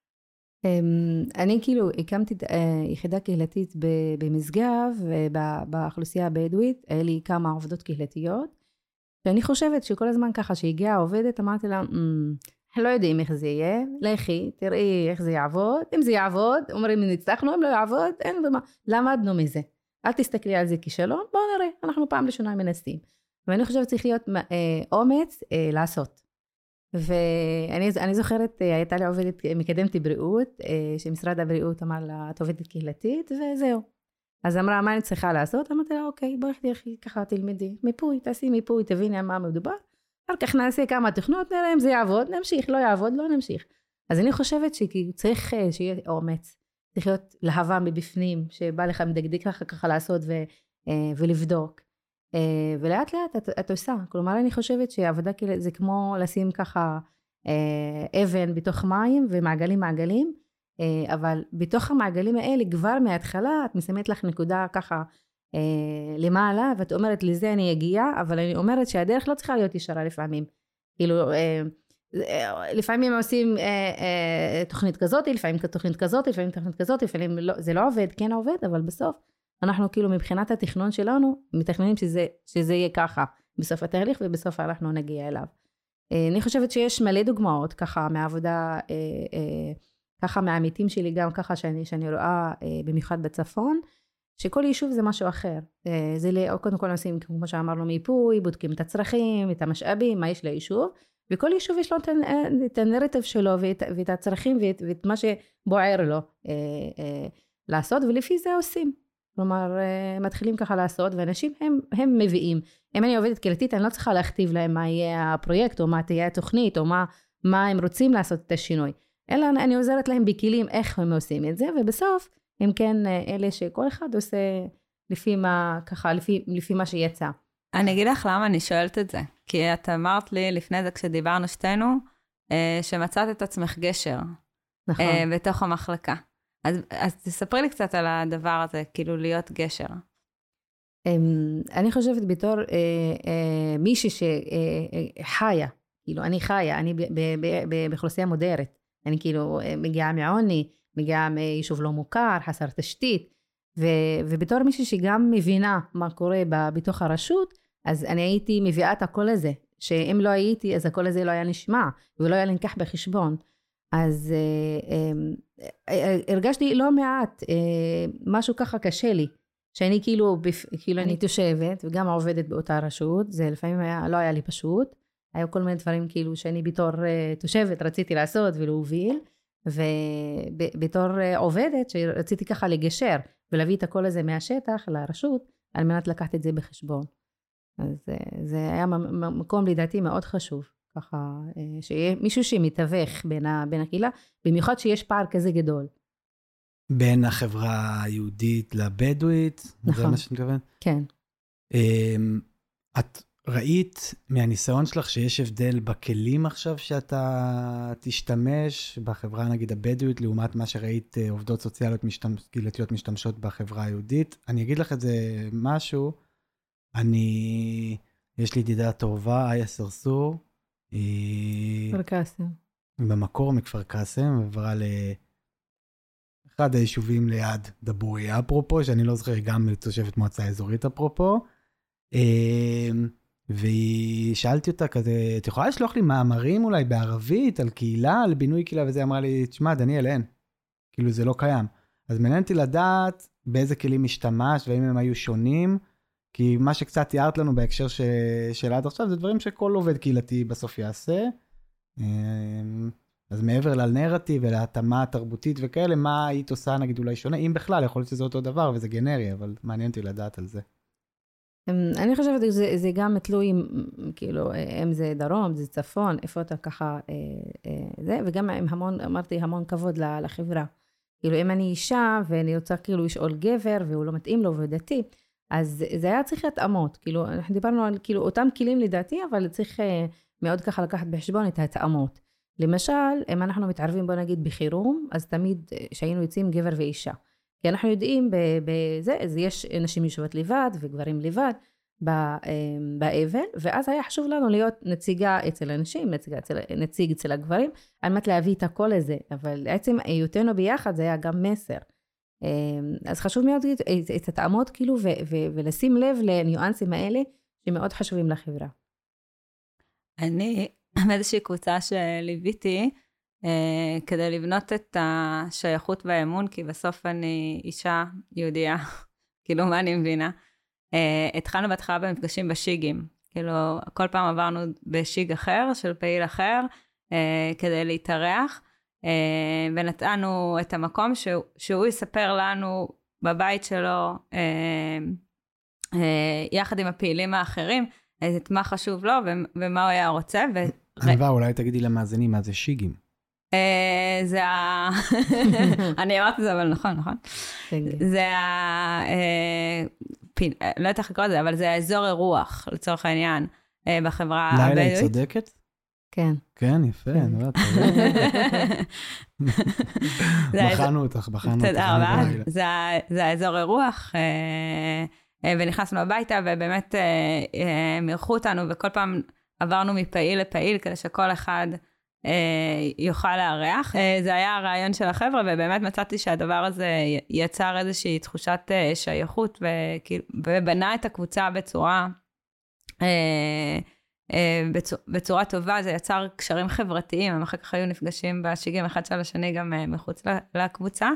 אני כאילו הקמתי יחידה קהילתית במשגב, באוכלוסייה הבדואית, היה לי כמה עובדות קהילתיות, ואני חושבת שכל הזמן ככה שהגיעה העובדת, אמרתי לה, לא יודעים איך זה יהיה, לכי, תראי איך זה יעבוד, אם זה יעבוד, אומרים נצטרכנו, אם לא יעבוד, אין במה, למדנו מזה. אל תסתכלי על זה כשלום, בואו נראה, אנחנו פעם ראשונה מנסים. ואני חושבת צריך להיות אומץ אה, לעשות. ואני זוכרת, הייתה לי עובדת, מקדמתי בריאות, אה, שמשרד הבריאות אמר לה, את עובדת קהילתית, וזהו. אז אמרה, מה אני צריכה לעשות? אמרתי לה, אוקיי, בואי תלכי, ככה תלמדי, מיפוי, תעשי מיפוי, תביני מה מדובר. אחר כך נעשה כמה תכנות, נראה אם זה יעבוד, נמשיך, לא יעבוד, לא נמשיך. אז אני חושבת שצריך שיהיה אומץ. צריך להיות להבה מבפנים, שבא לך מדגדג ככה ככה לעשות ו, ולבדוק. ולאט לאט את, את עושה. כלומר, אני חושבת שעבודה זה כמו לשים ככה אבן בתוך מים ומעגלים מעגלים, אבל בתוך המעגלים האלה כבר מההתחלה את מסיימת לך נקודה ככה למעלה, ואת אומרת לזה אני אגיע, אבל אני אומרת שהדרך לא צריכה להיות ישרה לפעמים. כאילו... לפעמים עושים אה, אה, תוכנית כזאת, לפעמים תוכנית כזאת, לפעמים תוכנית כזאת, לפעמים לא, זה לא עובד, כן עובד, אבל בסוף אנחנו כאילו מבחינת התכנון שלנו, מתכננים שזה, שזה יהיה ככה, בסוף התהליך ובסוף אנחנו נגיע אליו. אה, אני חושבת שיש מלא דוגמאות ככה מהעבודה, אה, אה, ככה מהעמיתים שלי גם ככה שאני, שאני רואה אה, במיוחד בצפון, שכל יישוב זה משהו אחר. אה, זה לא, קודם כל עושים כמו שאמרנו מיפוי, בודקים את הצרכים, את המשאבים, מה יש ליישוב, וכל יישוב יש לו את הנרטיב שלו ואת, ואת הצרכים ואת, ואת מה שבוער לו אה, אה, לעשות, ולפי זה עושים. כלומר, אה, מתחילים ככה לעשות, ואנשים הם, הם מביאים. אם אני עובדת קהילתית, אני לא צריכה להכתיב להם מה יהיה הפרויקט, או מה תהיה התוכנית, או מה, מה הם רוצים לעשות את השינוי, אלא אני עוזרת להם בכלים איך הם עושים את זה, ובסוף הם כן אלה שכל אחד עושה לפי מה, ככה, לפי, לפי מה שיצא. אני אגיד לך למה אני שואלת את זה, כי את אמרת לי לפני זה כשדיברנו שתינו, שמצאת את עצמך גשר. נכון. בתוך המחלקה. אז, אז תספרי לי קצת על הדבר הזה, כאילו להיות גשר. אני חושבת בתור מישהי שחיה, כאילו אני חיה, אני באוכלוסייה מודרת, אני כאילו מגיעה מעוני, מגיעה מיישוב לא מוכר, חסר תשתית, ובתור מישהי שגם מבינה מה קורה בתוך הרשות, אז אני הייתי מביאה את הקול הזה, שאם לא הייתי, אז הקול הזה לא היה נשמע, ולא היה נלקח בחשבון. אז הרגשתי לא מעט, משהו ככה קשה לי, שאני כאילו, כאילו אני תושבת וגם עובדת באותה רשות, זה לפעמים היה, לא היה לי פשוט, היו כל מיני דברים כאילו שאני בתור תושבת רציתי לעשות ולהוביל, ובתור עובדת שרציתי ככה לגשר ולהביא את הכל הזה מהשטח לרשות, על מנת לקחת את זה בחשבון. אז זה היה מקום לדעתי מאוד חשוב, ככה שיהיה מישהו שמתווך בין, בין הקהילה, במיוחד שיש פער כזה גדול. בין החברה היהודית לבדואית, נכון. זה מה שאת מתכוונת? כן. את ראית מהניסיון שלך שיש הבדל בכלים עכשיו שאתה תשתמש בחברה נגיד הבדואית, לעומת מה שראית עובדות סוציאליות משתמש, קהילתיות משתמשות בחברה היהודית? אני אגיד לך את זה משהו, אני, יש לי ידידה טובה, איה סרסור, היא... כפר קאסם. במקור מכפר קאסם, ועברה לאחד היישובים ליד דבוריה, אפרופו, שאני לא זוכר, גם תושבת מועצה אזורית אפרופו, והיא שאלתי אותה כזה, את יכולה לשלוח לי מאמרים אולי בערבית, על קהילה, על בינוי קהילה, וזה אמרה לי, תשמע, דניאל, אין. כאילו זה לא קיים. אז מעניין אותי לדעת באיזה כלים משתמש, והאם הם היו שונים, כי מה שקצת תיארת לנו בהקשר ש... של עד עכשיו, זה דברים שכל עובד קהילתי בסוף יעשה. אז מעבר לנרטיב ולהתאמה התרבותית וכאלה, מה היית עושה נגיד אולי שונה? אם בכלל, יכול להיות שזה אותו דבר וזה גנרי, אבל מעניין אותי לדעת על זה. אני חושבת שזה זה גם תלוי, כאילו, אם זה דרום, זה צפון, איפה אתה ככה, זה, וגם עם המון, אמרתי, המון כבוד לחברה. כאילו, אם אני אישה ואני רוצה כאילו לשאול גבר והוא לא מתאים לו ודתי, אז זה היה צריך להתאמות, כאילו, אנחנו דיברנו על כאילו אותם כלים לדעתי, אבל צריך מאוד ככה לקחת בחשבון את ההתאמות. למשל, אם אנחנו מתערבים בוא נגיד בחירום, אז תמיד שהיינו יוצאים גבר ואישה. כי אנחנו יודעים בזה, אז יש נשים יושבות לבד וגברים לבד באבל, ואז היה חשוב לנו להיות נציגה אצל הנשים, נציג אצל, נציג אצל הגברים, על מנת להביא את הכל הזה, אבל בעצם היותנו ביחד זה היה גם מסר. אז חשוב מאוד את התאמות כאילו, ו- ו- ולשים לב לניואנסים האלה, שמאוד חשובים לחברה. אני, באיזושהי קבוצה שליוויתי, אה, כדי לבנות את השייכות והאמון, כי בסוף אני אישה יהודייה, כאילו מה אני מבינה, אה, התחלנו בהתחלה במפגשים בשיגים, כאילו כל פעם עברנו בשיג אחר, של פעיל אחר, אה, כדי להתארח, אה, ונתנו את המקום שהוא, שהוא יספר לנו בבית שלו, אה, אה, יחד עם הפעילים האחרים, את מה חשוב לו ומה הוא היה רוצה. ענווה, אולי תגידי למאזינים מה זה שיגים. זה ה... אני אמרתי את זה, אבל נכון, נכון. זה ה... לא יודעת איך לקרוא את זה, אבל זה האזור אירוח, לצורך העניין, בחברה הבדואית. לילה, היא צודקת? כן. כן, יפה, אני יודעת. בחנו אותך, בחנו אותך. תודה רבה. זה האזור אירוח, ונכנסנו הביתה, ובאמת הם אירחו אותנו, וכל פעם עברנו מפעיל לפעיל, כדי שכל אחד יוכל לארח. זה היה הרעיון של החבר'ה, ובאמת מצאתי שהדבר הזה יצר איזושהי תחושת שייכות, ובנה את הקבוצה בצורה, בצורה טובה. זה יצר קשרים חברתיים, הם אחר כך היו נפגשים בשיגים אחד של השני, גם מחוץ לקבוצה.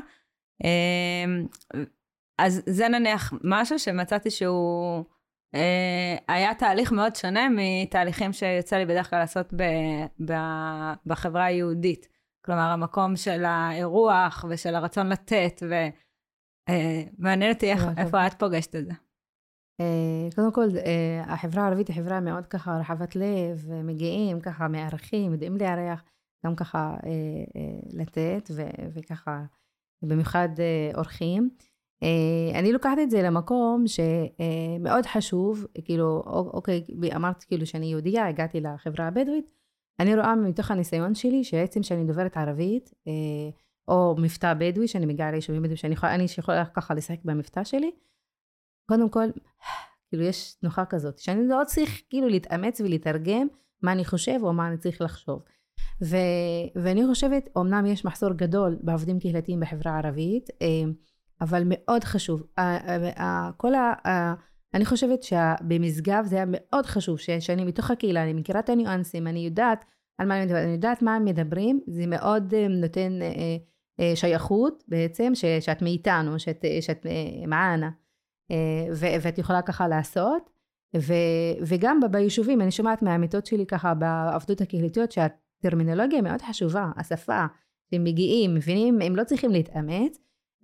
אז זה נניח משהו שמצאתי שהוא אה, היה תהליך מאוד שונה מתהליכים שיוצא לי בדרך כלל לעשות ב, ב, בחברה היהודית. כלומר, המקום של האירוח ושל הרצון לתת, ומעניין אותי איך, איפה את פוגשת את זה. אה, קודם כל, אה, החברה הערבית היא חברה מאוד ככה רחבת לב, מגיעים ככה מארחים, יודעים לארח, גם ככה לתת, וככה במיוחד אורחים. אני לוקחת את זה למקום שמאוד חשוב, כאילו, אוקיי, אמרתי כאילו שאני יהודיה, הגעתי לחברה הבדואית, אני רואה מתוך הניסיון שלי, שעצם שאני דוברת ערבית, או מבטא בדואי, שאני מגיעה ליישובים בדואי, שאני יכולה, אני יכולה ככה לשחק במבטא שלי, קודם כל, כאילו יש תנוחה כזאת, שאני לא צריך כאילו להתאמץ ולהתרגם מה אני חושב או מה אני צריך לחשוב. ו, ואני חושבת, אמנם יש מחסור גדול בעובדים קהילתיים בחברה הערבית, אבל מאוד חשוב. כל ה, אני חושבת שבמשגב זה היה מאוד חשוב, שאני מתוך הקהילה, אני מכירה את הניואנסים, אני יודעת על מה אני מדברת, אני יודעת מה הם מדברים, זה מאוד נותן שייכות בעצם, שאת מאיתנו, שאת, שאת מענה. ואת יכולה ככה לעשות, וגם ביישובים, אני שומעת מהעמיתות שלי ככה בעבודות הקהילתיות, שהטרמינולוגיה מאוד חשובה, השפה, שהם מגיעים, מבינים, הם לא צריכים להתאמץ,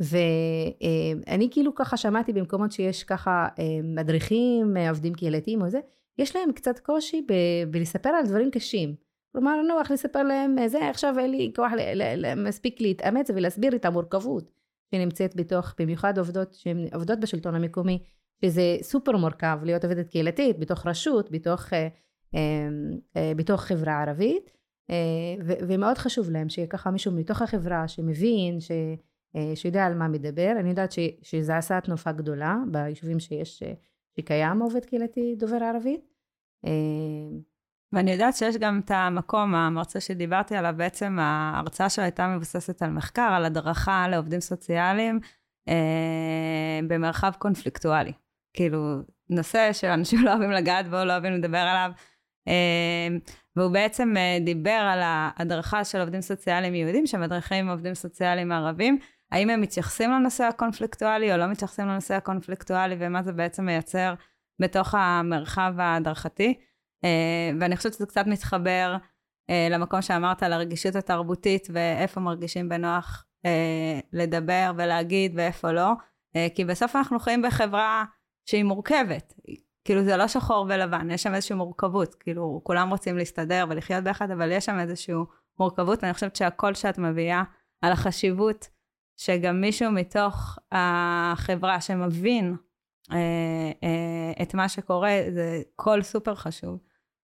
ואני כאילו ככה שמעתי במקומות שיש ככה מדריכים, עובדים קהילתיים או זה, יש להם קצת קושי בלספר על דברים קשים, כלומר נוח לספר להם, זה עכשיו אין לי כוח מספיק להתאמץ ולהסביר את המורכבות, שנמצאת בתוך, במיוחד עובדות שהן עובדות בשלטון המקומי, שזה סופר מורכב להיות עובדת קהילתית, בתוך רשות, בתוך, אה, אה, בתוך חברה ערבית, אה, ו- ומאוד חשוב להם שיהיה ככה מישהו מתוך החברה שמבין, ש- אה, שיודע על מה מדבר. אני יודעת ש- שזה עשה תנופה גדולה ביישובים שיש, שקיים עובד קהילתי דובר ערבית. אה, ואני יודעת שיש גם את המקום, המרצה שדיברתי עליו, בעצם ההרצאה שלו הייתה מבוססת על מחקר, על הדרכה לעובדים סוציאליים, אה, במרחב קונפליקטואלי. כאילו, נושא שאנשים לא אוהבים לגעת בו, לא אוהבים לדבר עליו, אה, והוא בעצם אה, דיבר על ההדרכה של עובדים סוציאליים יהודים, שמדריכים עובדים סוציאליים ערבים, האם הם מתייחסים לנושא הקונפליקטואלי, או לא מתייחסים לנושא הקונפליקטואלי, ומה זה בעצם מייצר בתוך המרחב ההדרכתי. Uh, ואני חושבת שזה קצת מתחבר uh, למקום שאמרת על הרגישות התרבותית ואיפה מרגישים בנוח uh, לדבר ולהגיד ואיפה לא, uh, כי בסוף אנחנו חיים בחברה שהיא מורכבת, כאילו זה לא שחור ולבן, יש שם איזושהי מורכבות, כאילו כולם רוצים להסתדר ולחיות ביחד, אבל יש שם איזושהי מורכבות, ואני חושבת שהכל שאת מביאה על החשיבות שגם מישהו מתוך החברה שמבין uh, uh, את מה שקורה, זה כל סופר חשוב.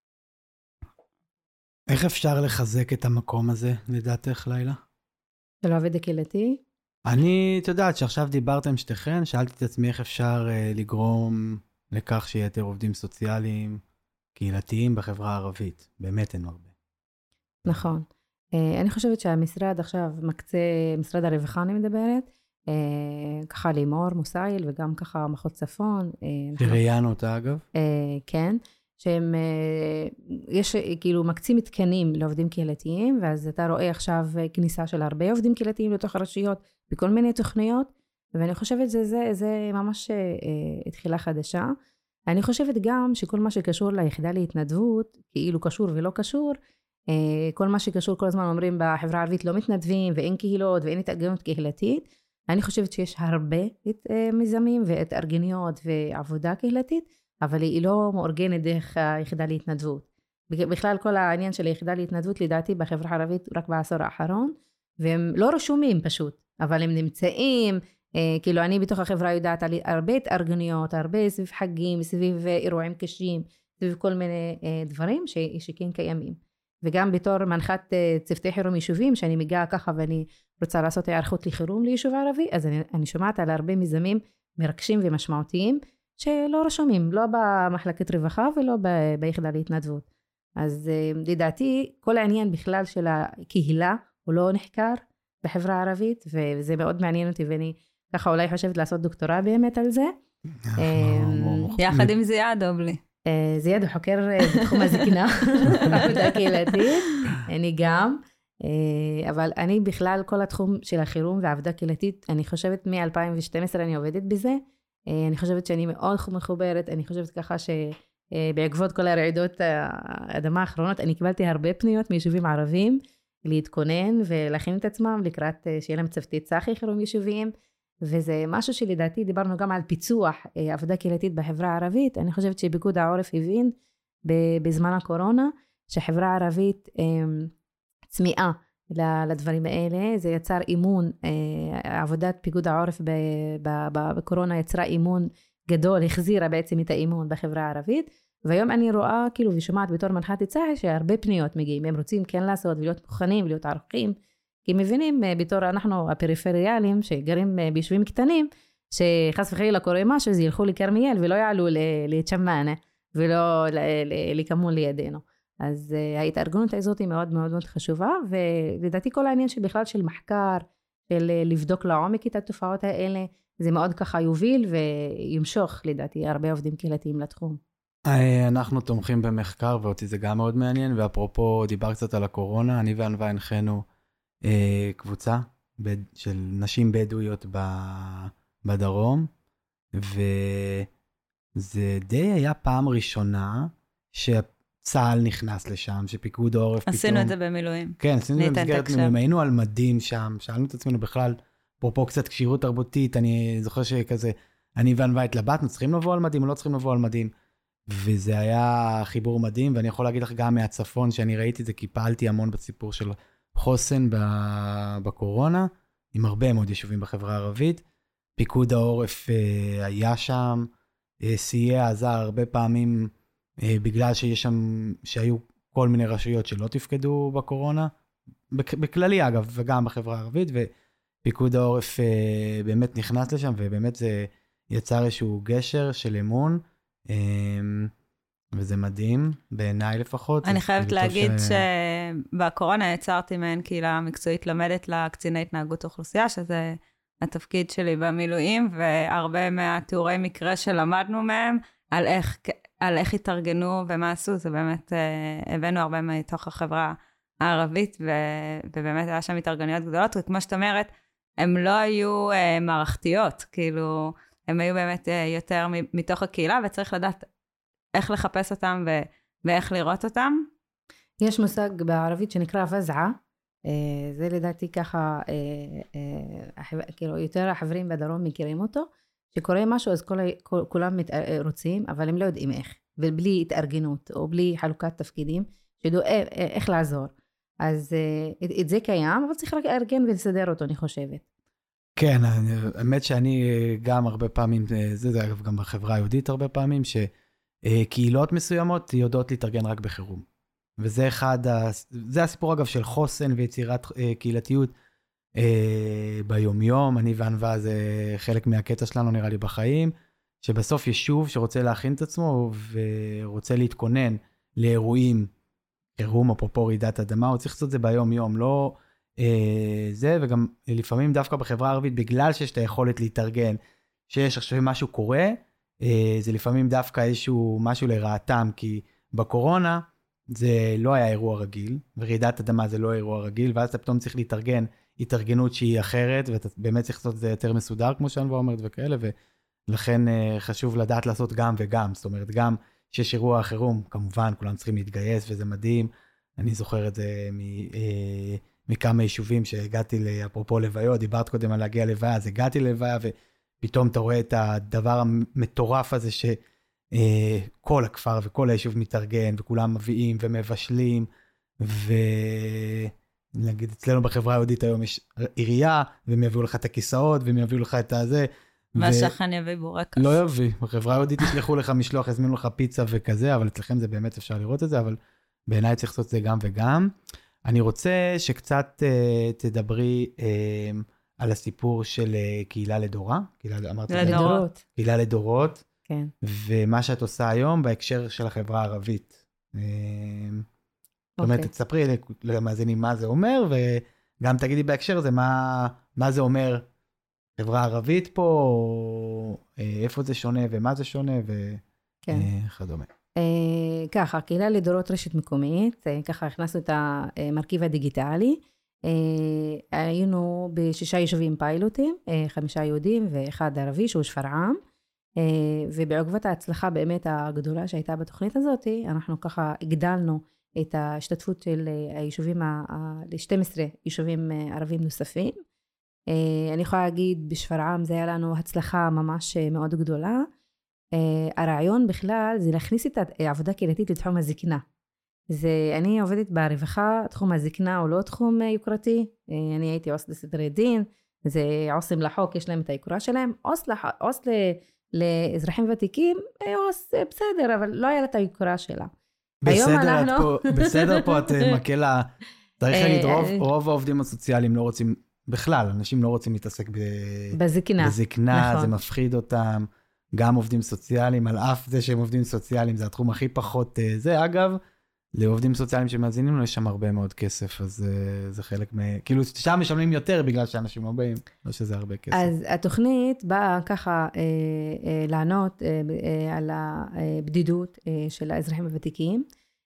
איך אפשר לחזק את המקום הזה, לדעתך, לילה? של העובד הקהילתי? אני, את יודעת, שעכשיו דיברתם שתיכן, שאלתי את עצמי איך אפשר אה, לגרום לכך שיהיה יותר עובדים סוציאליים, קהילתיים בחברה הערבית. באמת אין הרבה. נכון. אה, אני חושבת שהמשרד עכשיו מקצה, משרד הרווחה אני מדברת, אה, ככה לימור מוסייל וגם ככה מחוז צפון. אה, שראיינו אותה אגב? אה, כן. שהם, יש כאילו מקצים תקנים לעובדים קהילתיים, ואז אתה רואה עכשיו כניסה של הרבה עובדים קהילתיים לתוך הרשויות, בכל מיני תוכניות, ואני חושבת שזה זה, זה ממש התחילה חדשה. אני חושבת גם שכל מה שקשור ליחידה להתנדבות, כאילו קשור ולא קשור, כל מה שקשור כל הזמן אומרים בחברה הערבית לא מתנדבים, ואין קהילות ואין התארגנות קהילתית, אני חושבת שיש הרבה מיזמים והתארגנויות ועבודה קהילתית, אבל היא לא מאורגנת דרך היחידה להתנדבות. בכלל כל העניין של היחידה להתנדבות לדעתי בחברה הערבית רק בעשור האחרון, והם לא רשומים פשוט, אבל הם נמצאים, אה, כאילו אני בתוך החברה יודעת על הרבה התארגנויות, הרבה סביב חגים, סביב אירועים קשים, סביב כל מיני אה, דברים ש, שכן קיימים. וגם בתור מנחת אה, צוותי חירום יישובים, שאני מגיעה ככה ואני רוצה לעשות הערכות לחירום ליישוב הערבי, אז אני, אני שומעת על הרבה מיזמים מרגשים ומשמעותיים, שלא רשומים, לא במחלקת רווחה ולא ב- ביחידה להתנדבות. אז לדעתי, כל העניין בכלל של הקהילה, הוא לא נחקר בחברה הערבית, וזה מאוד מעניין אותי, ואני ככה אולי חושבת לעשות דוקטורט באמת על זה. יחד עם זיאד או בלי? זיאד הוא חוקר בתחום הזקנה, בעבודה קהילתית, אני גם, אבל אני בכלל כל התחום של החירום והעבודה קהילתית, אני חושבת מ-אלפיים ושתים עשרה אני עובדת בזה, אני חושבת שאני מאוד מחוברת, אני חושבת ככה שבעקבות כל הרעידות האדמה האחרונות, אני קיבלתי הרבה פניות מיישובים ערבים, להתכונן ולהכין את עצמם לקראת שיהיה להם צוותי צח"י חירום יישוביים, וזה משהו שלדעתי דיברנו גם על פיצוח עבודה קהילתית בחברה הערבית, אני חושבת שפיקוד העורף הבין בזמן הקורונה, שהחברה הערבית צמיעה לדברים האלה, זה יצר אימון, עבודת פיקוד העורף בקורונה יצרה אימון גדול, החזירה בעצם את האימון בחברה הערבית, והיום אני רואה כאילו ושומעת בתור מנחת צה"ל שהרבה פניות מגיעים, הם רוצים כן לעשות ולהיות מוכנים ולהיות ערוכים, כי מבינים בתור אנחנו הפריפריאליים שגרים ביישובים קטנים, שחס וחלילה קורה משהו, אז ילכו לכרמיאל ולא יעלו לצ'מאנה ולא לכמון לידינו. אז uh, ההתארגנות הזאת היא מאוד מאוד מאוד חשובה, ולדעתי כל העניין שבכלל של מחקר, של לבדוק לעומק את התופעות האלה, זה מאוד ככה יוביל וימשוך לדעתי הרבה עובדים קהילתיים לתחום. אנחנו תומכים במחקר, ואותי זה גם מאוד מעניין, ואפרופו דיבר קצת על הקורונה, אני וענווה הנחנו אה, קבוצה בד... של נשים בדואיות ב... בדרום, וזה די היה פעם ראשונה ש... צהל נכנס לשם, שפיקוד העורף פתאום... עשינו את זה במילואים. כן, עשינו את זה במסגרת מילואים. היינו על מדים שם, שאלנו את עצמנו בכלל, פה קצת קשירות תרבותית, אני זוכר שכזה, אני וענווה התלבטנו, צריכים לבוא על מדים או לא צריכים לבוא על מדים, וזה היה חיבור מדהים, ואני יכול להגיד לך גם מהצפון, שאני ראיתי את זה, כי פעלתי המון בסיפור של חוסן בקורונה, עם הרבה מאוד יישובים בחברה הערבית, פיקוד העורף היה שם, סייע, עזר הרבה פעמים, בגלל שיש שם, שהיו כל מיני רשויות שלא תפקדו בקורונה, בכללי אגב, וגם בחברה הערבית, ופיקוד העורף באמת נכנס לשם, ובאמת זה יצר איזשהו גשר של אמון, וזה מדהים, בעיניי לפחות. אני חייבת להגיד ש... שבקורונה יצרתי מהן קהילה מקצועית למדת לקציני התנהגות אוכלוסייה, שזה התפקיד שלי במילואים, והרבה מהתיאורי מקרה שלמדנו מהם, על איך... על איך התארגנו ומה עשו, זה באמת, אה, הבאנו הרבה מתוך החברה הערבית, ו, ובאמת היה שם התארגנויות גדולות, וכמו שאת אומרת, הם לא היו אה, מערכתיות, כאילו, הם היו באמת אה, יותר מתוך הקהילה, וצריך לדעת איך לחפש אותם, ו, ואיך לראות אותם. יש מושג בערבית שנקרא וזעה, אה, זה לדעתי ככה, אה, אה, כאילו, יותר החברים בדרום מכירים אותו, שקורה משהו, אז כל, כל, כולם מת, רוצים, אבל הם לא יודעים איך, ובלי התארגנות, או בלי חלוקת תפקידים, שידעו איך לעזור. אז את, את זה קיים, אבל צריך רק לארגן ולסדר אותו, אני חושבת. כן, האמת שאני גם הרבה פעמים, זה, זה אגב גם בחברה היהודית הרבה פעמים, שקהילות מסוימות יודעות להתארגן רק בחירום. וזה אחד, זה הסיפור אגב של חוסן ויצירת קהילתיות, Uh, ביומיום, אני וענווה זה חלק מהקטע שלנו נראה לי בחיים, שבסוף יישוב שרוצה להכין את עצמו ורוצה להתכונן לאירועים, חירום אפרופו רעידת אדמה, הוא צריך לעשות את זה ביום יום, לא uh, זה, וגם לפעמים דווקא בחברה הערבית, בגלל שיש את היכולת להתארגן, שיש עכשיו משהו קורה, uh, זה לפעמים דווקא איזשהו משהו לרעתם, כי בקורונה זה לא היה אירוע רגיל, ורעידת אדמה זה לא אירוע רגיל, ואז אתה פתאום צריך להתארגן, התארגנות שהיא אחרת, ואתה באמת צריך לעשות את זה יותר מסודר, כמו שענווה אומרת וכאלה, ולכן חשוב לדעת לעשות גם וגם, זאת אומרת, גם שיש אירוע חירום, כמובן, כולם צריכים להתגייס, וזה מדהים, אני זוכר את זה מכמה יישובים שהגעתי לאפרופו לוויות, דיברת קודם על להגיע לוויה, אז הגעתי לוויה, ופתאום אתה רואה את הדבר המטורף הזה, שכל הכפר וכל היישוב מתארגן, וכולם מביאים ומבשלים, ו... נגיד, אצלנו בחברה היהודית היום יש עירייה, והם יביאו לך את הכיסאות, והם יביאו לך את הזה. מה שכן יביא בורקס. לא יביא. בחברה היהודית ישלחו לך משלוח, יזמינו לך פיצה וכזה, אבל אצלכם זה באמת אפשר לראות את זה, אבל בעיניי צריך לעשות את זה גם וגם. אני רוצה שקצת uh, תדברי uh, על הסיפור של uh, קהילה לדורה. קהילה, אמרתי לדורות. קהילה לדורות. כן. ומה שאת עושה היום בהקשר של החברה הערבית. Uh, זאת אומרת, okay. תספרי למאזינים מה זה אומר, וגם תגידי בהקשר הזה מה, מה זה אומר חברה ערבית פה, או איפה זה שונה ומה זה שונה וכדומה. כן. אה, ככה, קהילה לדורות רשת מקומית, אה, ככה הכנסנו את המרכיב הדיגיטלי, אה, היינו בשישה יישובים פיילוטים, אה, חמישה יהודים ואחד ערבי שהוא שפרעם, אה, ובעקבות ההצלחה באמת הגדולה שהייתה בתוכנית הזאת, אנחנו ככה הגדלנו את ההשתתפות של היישובים, ל-שנים עשר יישובים ערבים נוספים. אני יכולה להגיד, בשפרעם זה היה לנו הצלחה ממש מאוד גדולה. הרעיון בכלל זה להכניס את העבודה הקהילתית לתחום הזקנה. זה, אני עובדת ברווחה, תחום הזקנה הוא לא תחום יוקרתי, אני הייתי עו"ס לסדרי דין, זה עו"סים לחוק, יש להם את היוקרה שלהם, עו"ס, לח, עו"ס ל, לאזרחים ותיקים, עו"ס בסדר, אבל לא היה לה את היוקרה שלה. בסדר, אנחנו... פה, בסדר פה את מקלה, צריך להגיד, רוב, רוב העובדים הסוציאליים לא רוצים, בכלל, אנשים לא רוצים להתעסק ב... בזקנה. בזקנה, נכון. זה מפחיד אותם, גם עובדים סוציאליים, על אף זה שהם עובדים סוציאליים, זה התחום הכי פחות זה. אגב, לעובדים סוציאליים שמאזינים לנו, יש שם הרבה מאוד כסף, אז זה, זה חלק מ... כאילו, שם משלמים יותר בגלל שאנשים לא באים, לא שזה הרבה כסף. אז התוכנית באה ככה אה, אה, לענות אה, אה, על הבדידות אה, של האזרחים הוותיקים,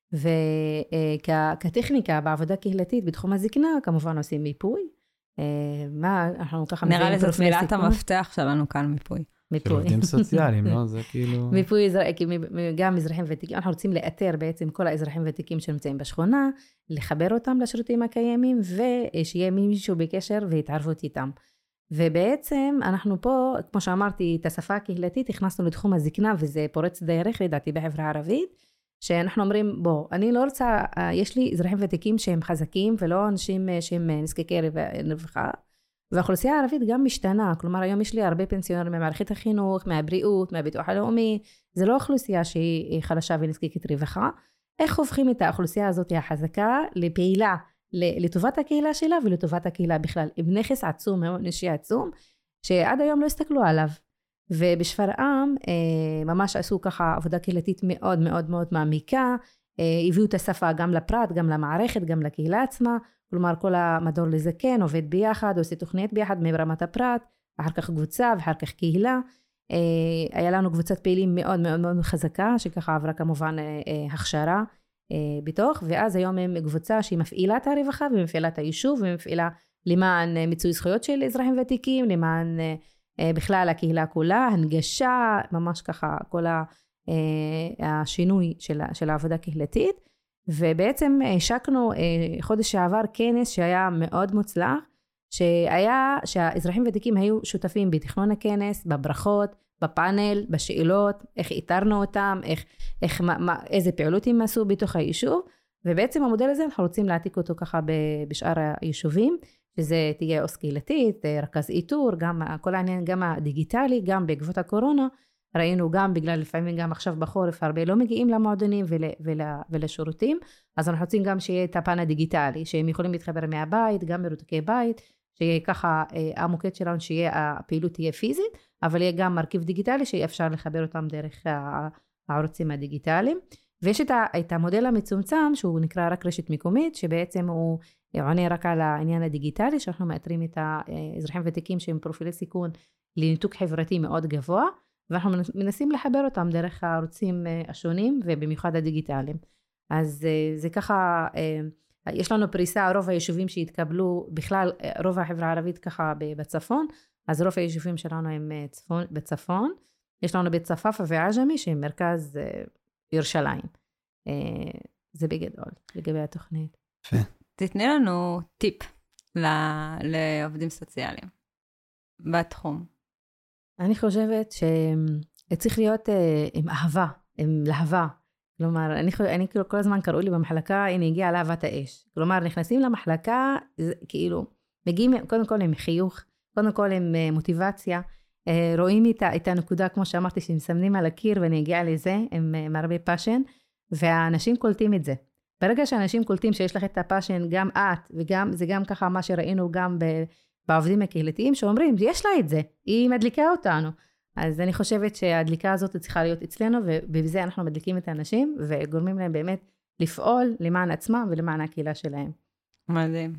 וכטכניקה בעבודה קהילתית בתחום הזקנה, כמובן עושים מיפוי. אה, מה, אנחנו ככה... נראה לי זאת מילת המפתח שלנו כאן, מיפוי. של עובדים סוציאליים, לא? זה כאילו... מיפוי, גם אזרחים ותיקים, אנחנו רוצים לאתר בעצם כל האזרחים ותיקים שנמצאים בשכונה, לחבר אותם לשירותים הקיימים, ושיהיה מישהו בקשר והתערבות איתם. ובעצם אנחנו פה, כמו שאמרתי, את השפה הקהילתית, הכנסנו לתחום הזקנה, וזה פורץ דרך, לדעתי בחברה הערבית, שאנחנו אומרים, בוא, אני לא רוצה, יש לי אזרחים ותיקים שהם חזקים, ולא אנשים שהם נזקקי רווחה, והאוכלוסייה הערבית גם משתנה, כלומר היום יש לי הרבה פנסיונרים ממערכת החינוך, מהבריאות, מהביטוח הלאומי, זה לא אוכלוסייה שהיא חלשה ונזקקת רווחה, איך הופכים את האוכלוסייה הזאת החזקה לפעילה, לטובת הקהילה שלה ולטובת הקהילה בכלל, עם נכס עצום, נשי עצום, שעד היום לא הסתכלו עליו, ובשפרעם ממש עשו ככה עבודה קהילתית מאוד מאוד מאוד מעמיקה, הביאו את השפה גם לפרט, גם למערכת, גם לקהילה עצמה, כלומר כל המדור לזקן עובד ביחד, עושה תוכנית ביחד מברמת הפרט, אחר כך קבוצה ואחר כך קהילה. היה לנו קבוצת פעילים מאוד מאוד מאוד חזקה, שככה עברה כמובן הכשרה בתוך, ואז היום הם קבוצה שהיא מפעילה את הרווחה ומפעילה את היישוב, ומפעילה למען מיצוי זכויות של אזרחים ותיקים, למען בכלל הקהילה כולה, הנגשה, ממש ככה כל השינוי של, של העבודה הקהילתית. ובעצם השקנו חודש שעבר כנס שהיה מאוד מוצלח, שהיה, שהאזרחים ותיקים היו שותפים בתכנון הכנס, בברכות, בפאנל, בשאלות, איך איתרנו אותם, איך, איך, מה, איזה פעילות הם עשו בתוך היישוב, ובעצם המודל הזה אנחנו רוצים להעתיק אותו ככה בשאר היישובים, שזה תהיה עו"ס קהילתית, רכז איתור, גם כל העניין, גם הדיגיטלי, גם בעקבות הקורונה, ראינו גם בגלל לפעמים גם עכשיו בחורף הרבה לא מגיעים למועדונים ול, ול, ולשירותים, אז אנחנו רוצים גם שיהיה את הפן הדיגיטלי, שהם יכולים להתחבר מהבית, גם מרותקי בית, שיהיה ככה המוקד שלנו שיהיה, הפעילות תהיה פיזית, אבל יהיה גם מרכיב דיגיטלי שאפשר לחבר אותם דרך הערוצים הדיגיטליים, ויש את, ה, את המודל המצומצם שהוא נקרא רק רשת מקומית, שבעצם הוא עונה רק על העניין הדיגיטלי, שאנחנו מאתרים את האזרחים ותיקים שהם פרופילי סיכון לניתוק חברתי מאוד גבוה, ואנחנו מנסים לחבר אותם דרך הערוצים השונים, ובמיוחד הדיגיטליים. אז זה ככה, יש לנו פריסה, רוב היישובים שהתקבלו, בכלל רוב החברה הערבית ככה בצפון, אז רוב היישובים שלנו הם צפון, בצפון. יש לנו בית צפאפא ועג'מי, שהם מרכז ירושלים. זה בגדול, לגבי התוכנית. תתני לנו טיפ לעובדים סוציאליים בתחום. אני חושבת שצריך להיות עם אהבה, עם להבה. כלומר, אני, אני כל הזמן קראו לי במחלקה, הנה הגיעה להבת האש. כלומר, נכנסים למחלקה, כאילו, מגיעים קודם כל עם חיוך, קודם כל עם מוטיבציה, רואים את, את הנקודה, כמו שאמרתי, שמסמנים על הקיר, ואני אגיע לזה, עם, עם הרבה פאשן, והאנשים קולטים את זה. ברגע שאנשים קולטים שיש לך את הפאשן, גם את, וגם, זה גם ככה מה שראינו גם ב... בעובדים הקהילתיים שאומרים, יש לה את זה, היא מדליקה אותנו. אז אני חושבת שהדליקה הזאת צריכה להיות אצלנו, ובזה אנחנו מדליקים את האנשים, וגורמים להם באמת לפעול למען עצמם ולמען הקהילה שלהם. מדהים.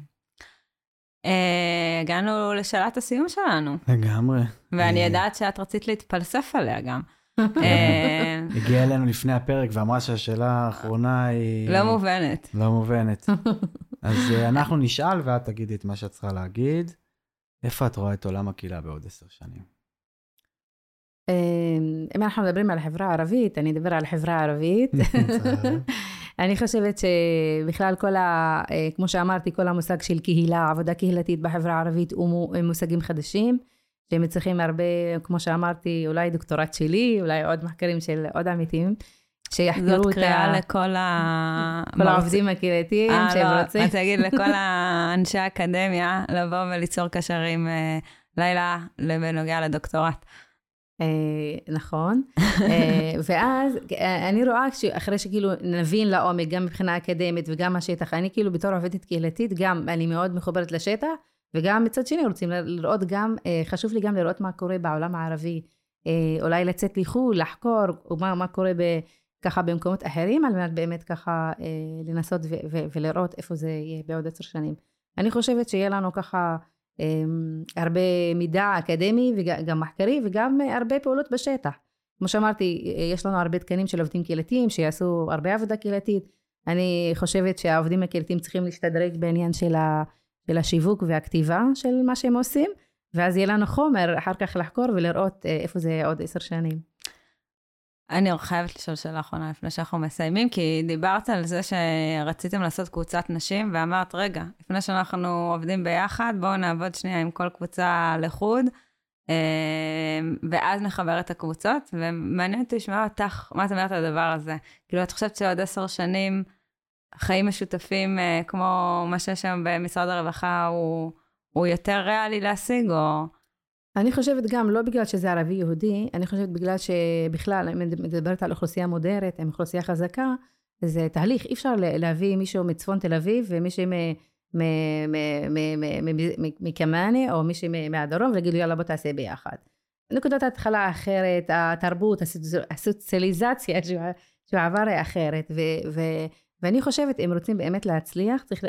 הגענו לשאלת הסיום שלנו. לגמרי. ואני יודעת שאת רצית להתפלסף עליה גם. הגיעה אלינו לפני הפרק, ואמרה שהשאלה האחרונה היא... לא מובנת. לא מובנת. אז אנחנו נשאל, ואת תגידי את מה שאת צריכה להגיד. איפה את רואה את עולם הקהילה בעוד עשר שנים? אם אנחנו מדברים על החברה הערבית, אני אדבר על החברה הערבית. אני חושבת שבכלל כל ה... כמו שאמרתי, כל המושג של קהילה, עבודה קהילתית בחברה הערבית, הוא מושגים חדשים, שהם צריכים הרבה, כמו שאמרתי, אולי דוקטורט שלי, אולי עוד מחקרים של עוד עמיתים, שיחקרו זאת את קריאה ה... לכל ה... כל העובדים הקהילתיים אה, שהם לא, רוצים. אני אגיד לכל האנשי האקדמיה לבוא וליצור קשרים אה, לילה בנוגע לדוקטורט. אה, נכון. אה, ואז אה, אני רואה אחרי שכאילו נבין לעומק, גם מבחינה אקדמית וגם השטח, אני כאילו בתור עובדת קהילתית, גם אני מאוד מחוברת לשטח, וגם מצד שני רוצים לראות גם, אה, חשוב לי גם לראות מה קורה בעולם הערבי, אה, אולי לצאת לחו"ל, לחקור, ומה מה קורה ב, ככה במקומות אחרים, על מנת באמת ככה אה, לנסות ו, ו, ולראות איפה זה יהיה בעוד עשר שנים. אני חושבת שיהיה לנו ככה, הרבה מידע אקדמי וגם מחקרי וגם הרבה פעולות בשטח. כמו שאמרתי, יש לנו הרבה תקנים של עובדים קהילתיים שיעשו הרבה עבודה קהילתית. אני חושבת שהעובדים הקהילתיים צריכים להשתדרג בעניין של, ה, של השיווק והכתיבה של מה שהם עושים, ואז יהיה לנו חומר אחר כך לחקור ולראות איפה זה עוד עשר שנים. אני חייבת לשאול שאלה אחרונה לפני שאנחנו מסיימים, כי דיברת על זה שרציתם לעשות קבוצת נשים, ואמרת, רגע, לפני שאנחנו עובדים ביחד, בואו נעבוד שנייה עם כל קבוצה לחוד, ואז נחבר את הקבוצות, ומעניין אותי לשמוע אותך, מה את אומרת על הדבר הזה? כאילו, את חושבת שעוד עשר שנים, חיים משותפים, כמו מה שיש היום במשרד הרווחה, הוא, הוא יותר ריאלי להשיג, או... אני חושבת גם, לא בגלל שזה ערבי יהודי, אני חושבת בגלל שבכלל, אם מדברת על אוכלוסייה מודרת, עם אוכלוסייה חזקה, זה תהליך, אי אפשר להביא מישהו מצפון תל אביב, ומישהו מקמאנה, או מישהו מהדרום, ולהגיד לו, יאללה, בוא תעשה ביחד. נקודת ההתחלה אחרת, התרבות, הסוציאליזציה שהוא עבר היא אחרת, ואני חושבת, אם רוצים באמת להצליח, צריך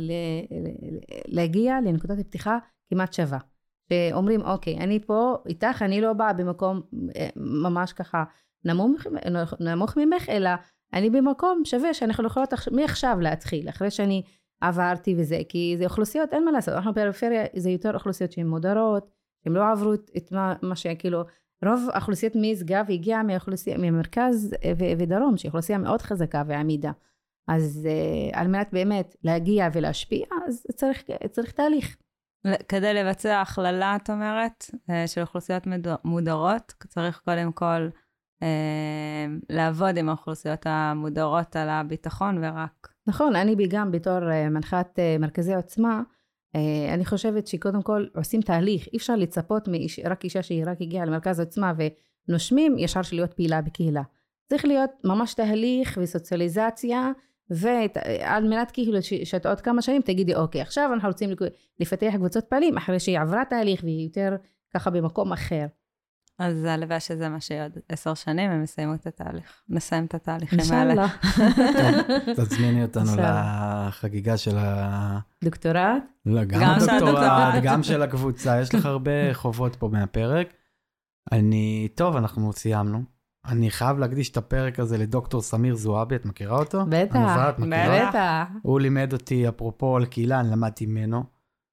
להגיע לנקודת הפתיחה כמעט שווה. שאומרים, אוקיי, אני פה איתך, אני לא באה במקום ממש ככה נמוך, נמוך ממך, אלא אני במקום שווה שאנחנו יכולות מעכשיו להתחיל, אחרי שאני עברתי וזה, כי זה אוכלוסיות, אין מה לעשות, אנחנו פריפריה, זה יותר אוכלוסיות שהן מודרות, הן לא עברו את מה, מה שכאילו, רוב האוכלוסיות משגב הגיעה מהאוכלוסיה, מהמרכז ו- ודרום, שהיא אוכלוסייה מאוד חזקה ועמידה. אז uh, על מנת באמת להגיע ולהשפיע, אז צריך, צריך תהליך. כדי לבצע הכללה, את אומרת, של אוכלוסיות מודרות, צריך קודם כל אה, לעבוד עם האוכלוסיות המודרות על הביטחון ורק. נכון, אני גם בתור מנחת מרכזי עוצמה, אה, אני חושבת שקודם כל עושים תהליך, אי אפשר לצפות רק אישה שהיא רק הגיעה למרכז עוצמה ונושמים, ישר של להיות פעילה בקהילה. צריך להיות ממש תהליך וסוציאליזציה, ועל מנת כאילו שאת עוד כמה שנים תגידי, אוקיי, עכשיו אנחנו רוצים לפתח קבוצות פעלים, אחרי שהיא עברה תהליך והיא יותר ככה במקום אחר. אז הלוואי שזה מה שיהיה עוד עשר שנים, הם מסיימו את התהליך. נסיים את התהליכים האלה. אינשאללה. תזמיני אותנו לחגיגה של ה... דוקטורט? לא, גם הדוקטורט, גם של הקבוצה. יש לך הרבה חובות פה מהפרק. אני, טוב, אנחנו סיימנו. אני חייב להקדיש את הפרק הזה לדוקטור סמיר זועבי, את מכירה אותו? בטח, בטח. הוא לימד אותי, אפרופו על קהילה, אני למדתי ממנו.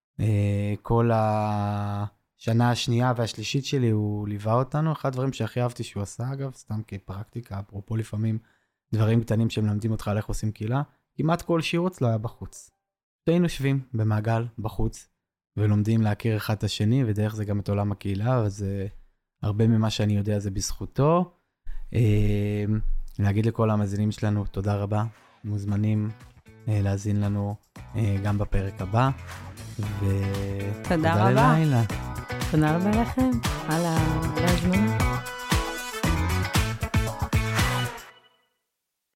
כל השנה השנייה והשלישית שלי הוא ליווה אותנו. אחד הדברים שהכי אהבתי שהוא עשה, אגב, סתם כפרקטיקה, אפרופו לפעמים דברים קטנים שמלמדים אותך על איך עושים קהילה, כמעט כל שיעור אצלו היה בחוץ. היינו יושבים במעגל בחוץ, ולומדים להכיר אחד את השני, ודרך זה גם את עולם הקהילה, אז הרבה ממה שאני יודע זה בזכותו. להגיד לכל המאזינים שלנו תודה רבה, מוזמנים להאזין לנו גם בפרק הבא, ותודה רבה. ללילה. תודה רבה לכם על ההזמנה.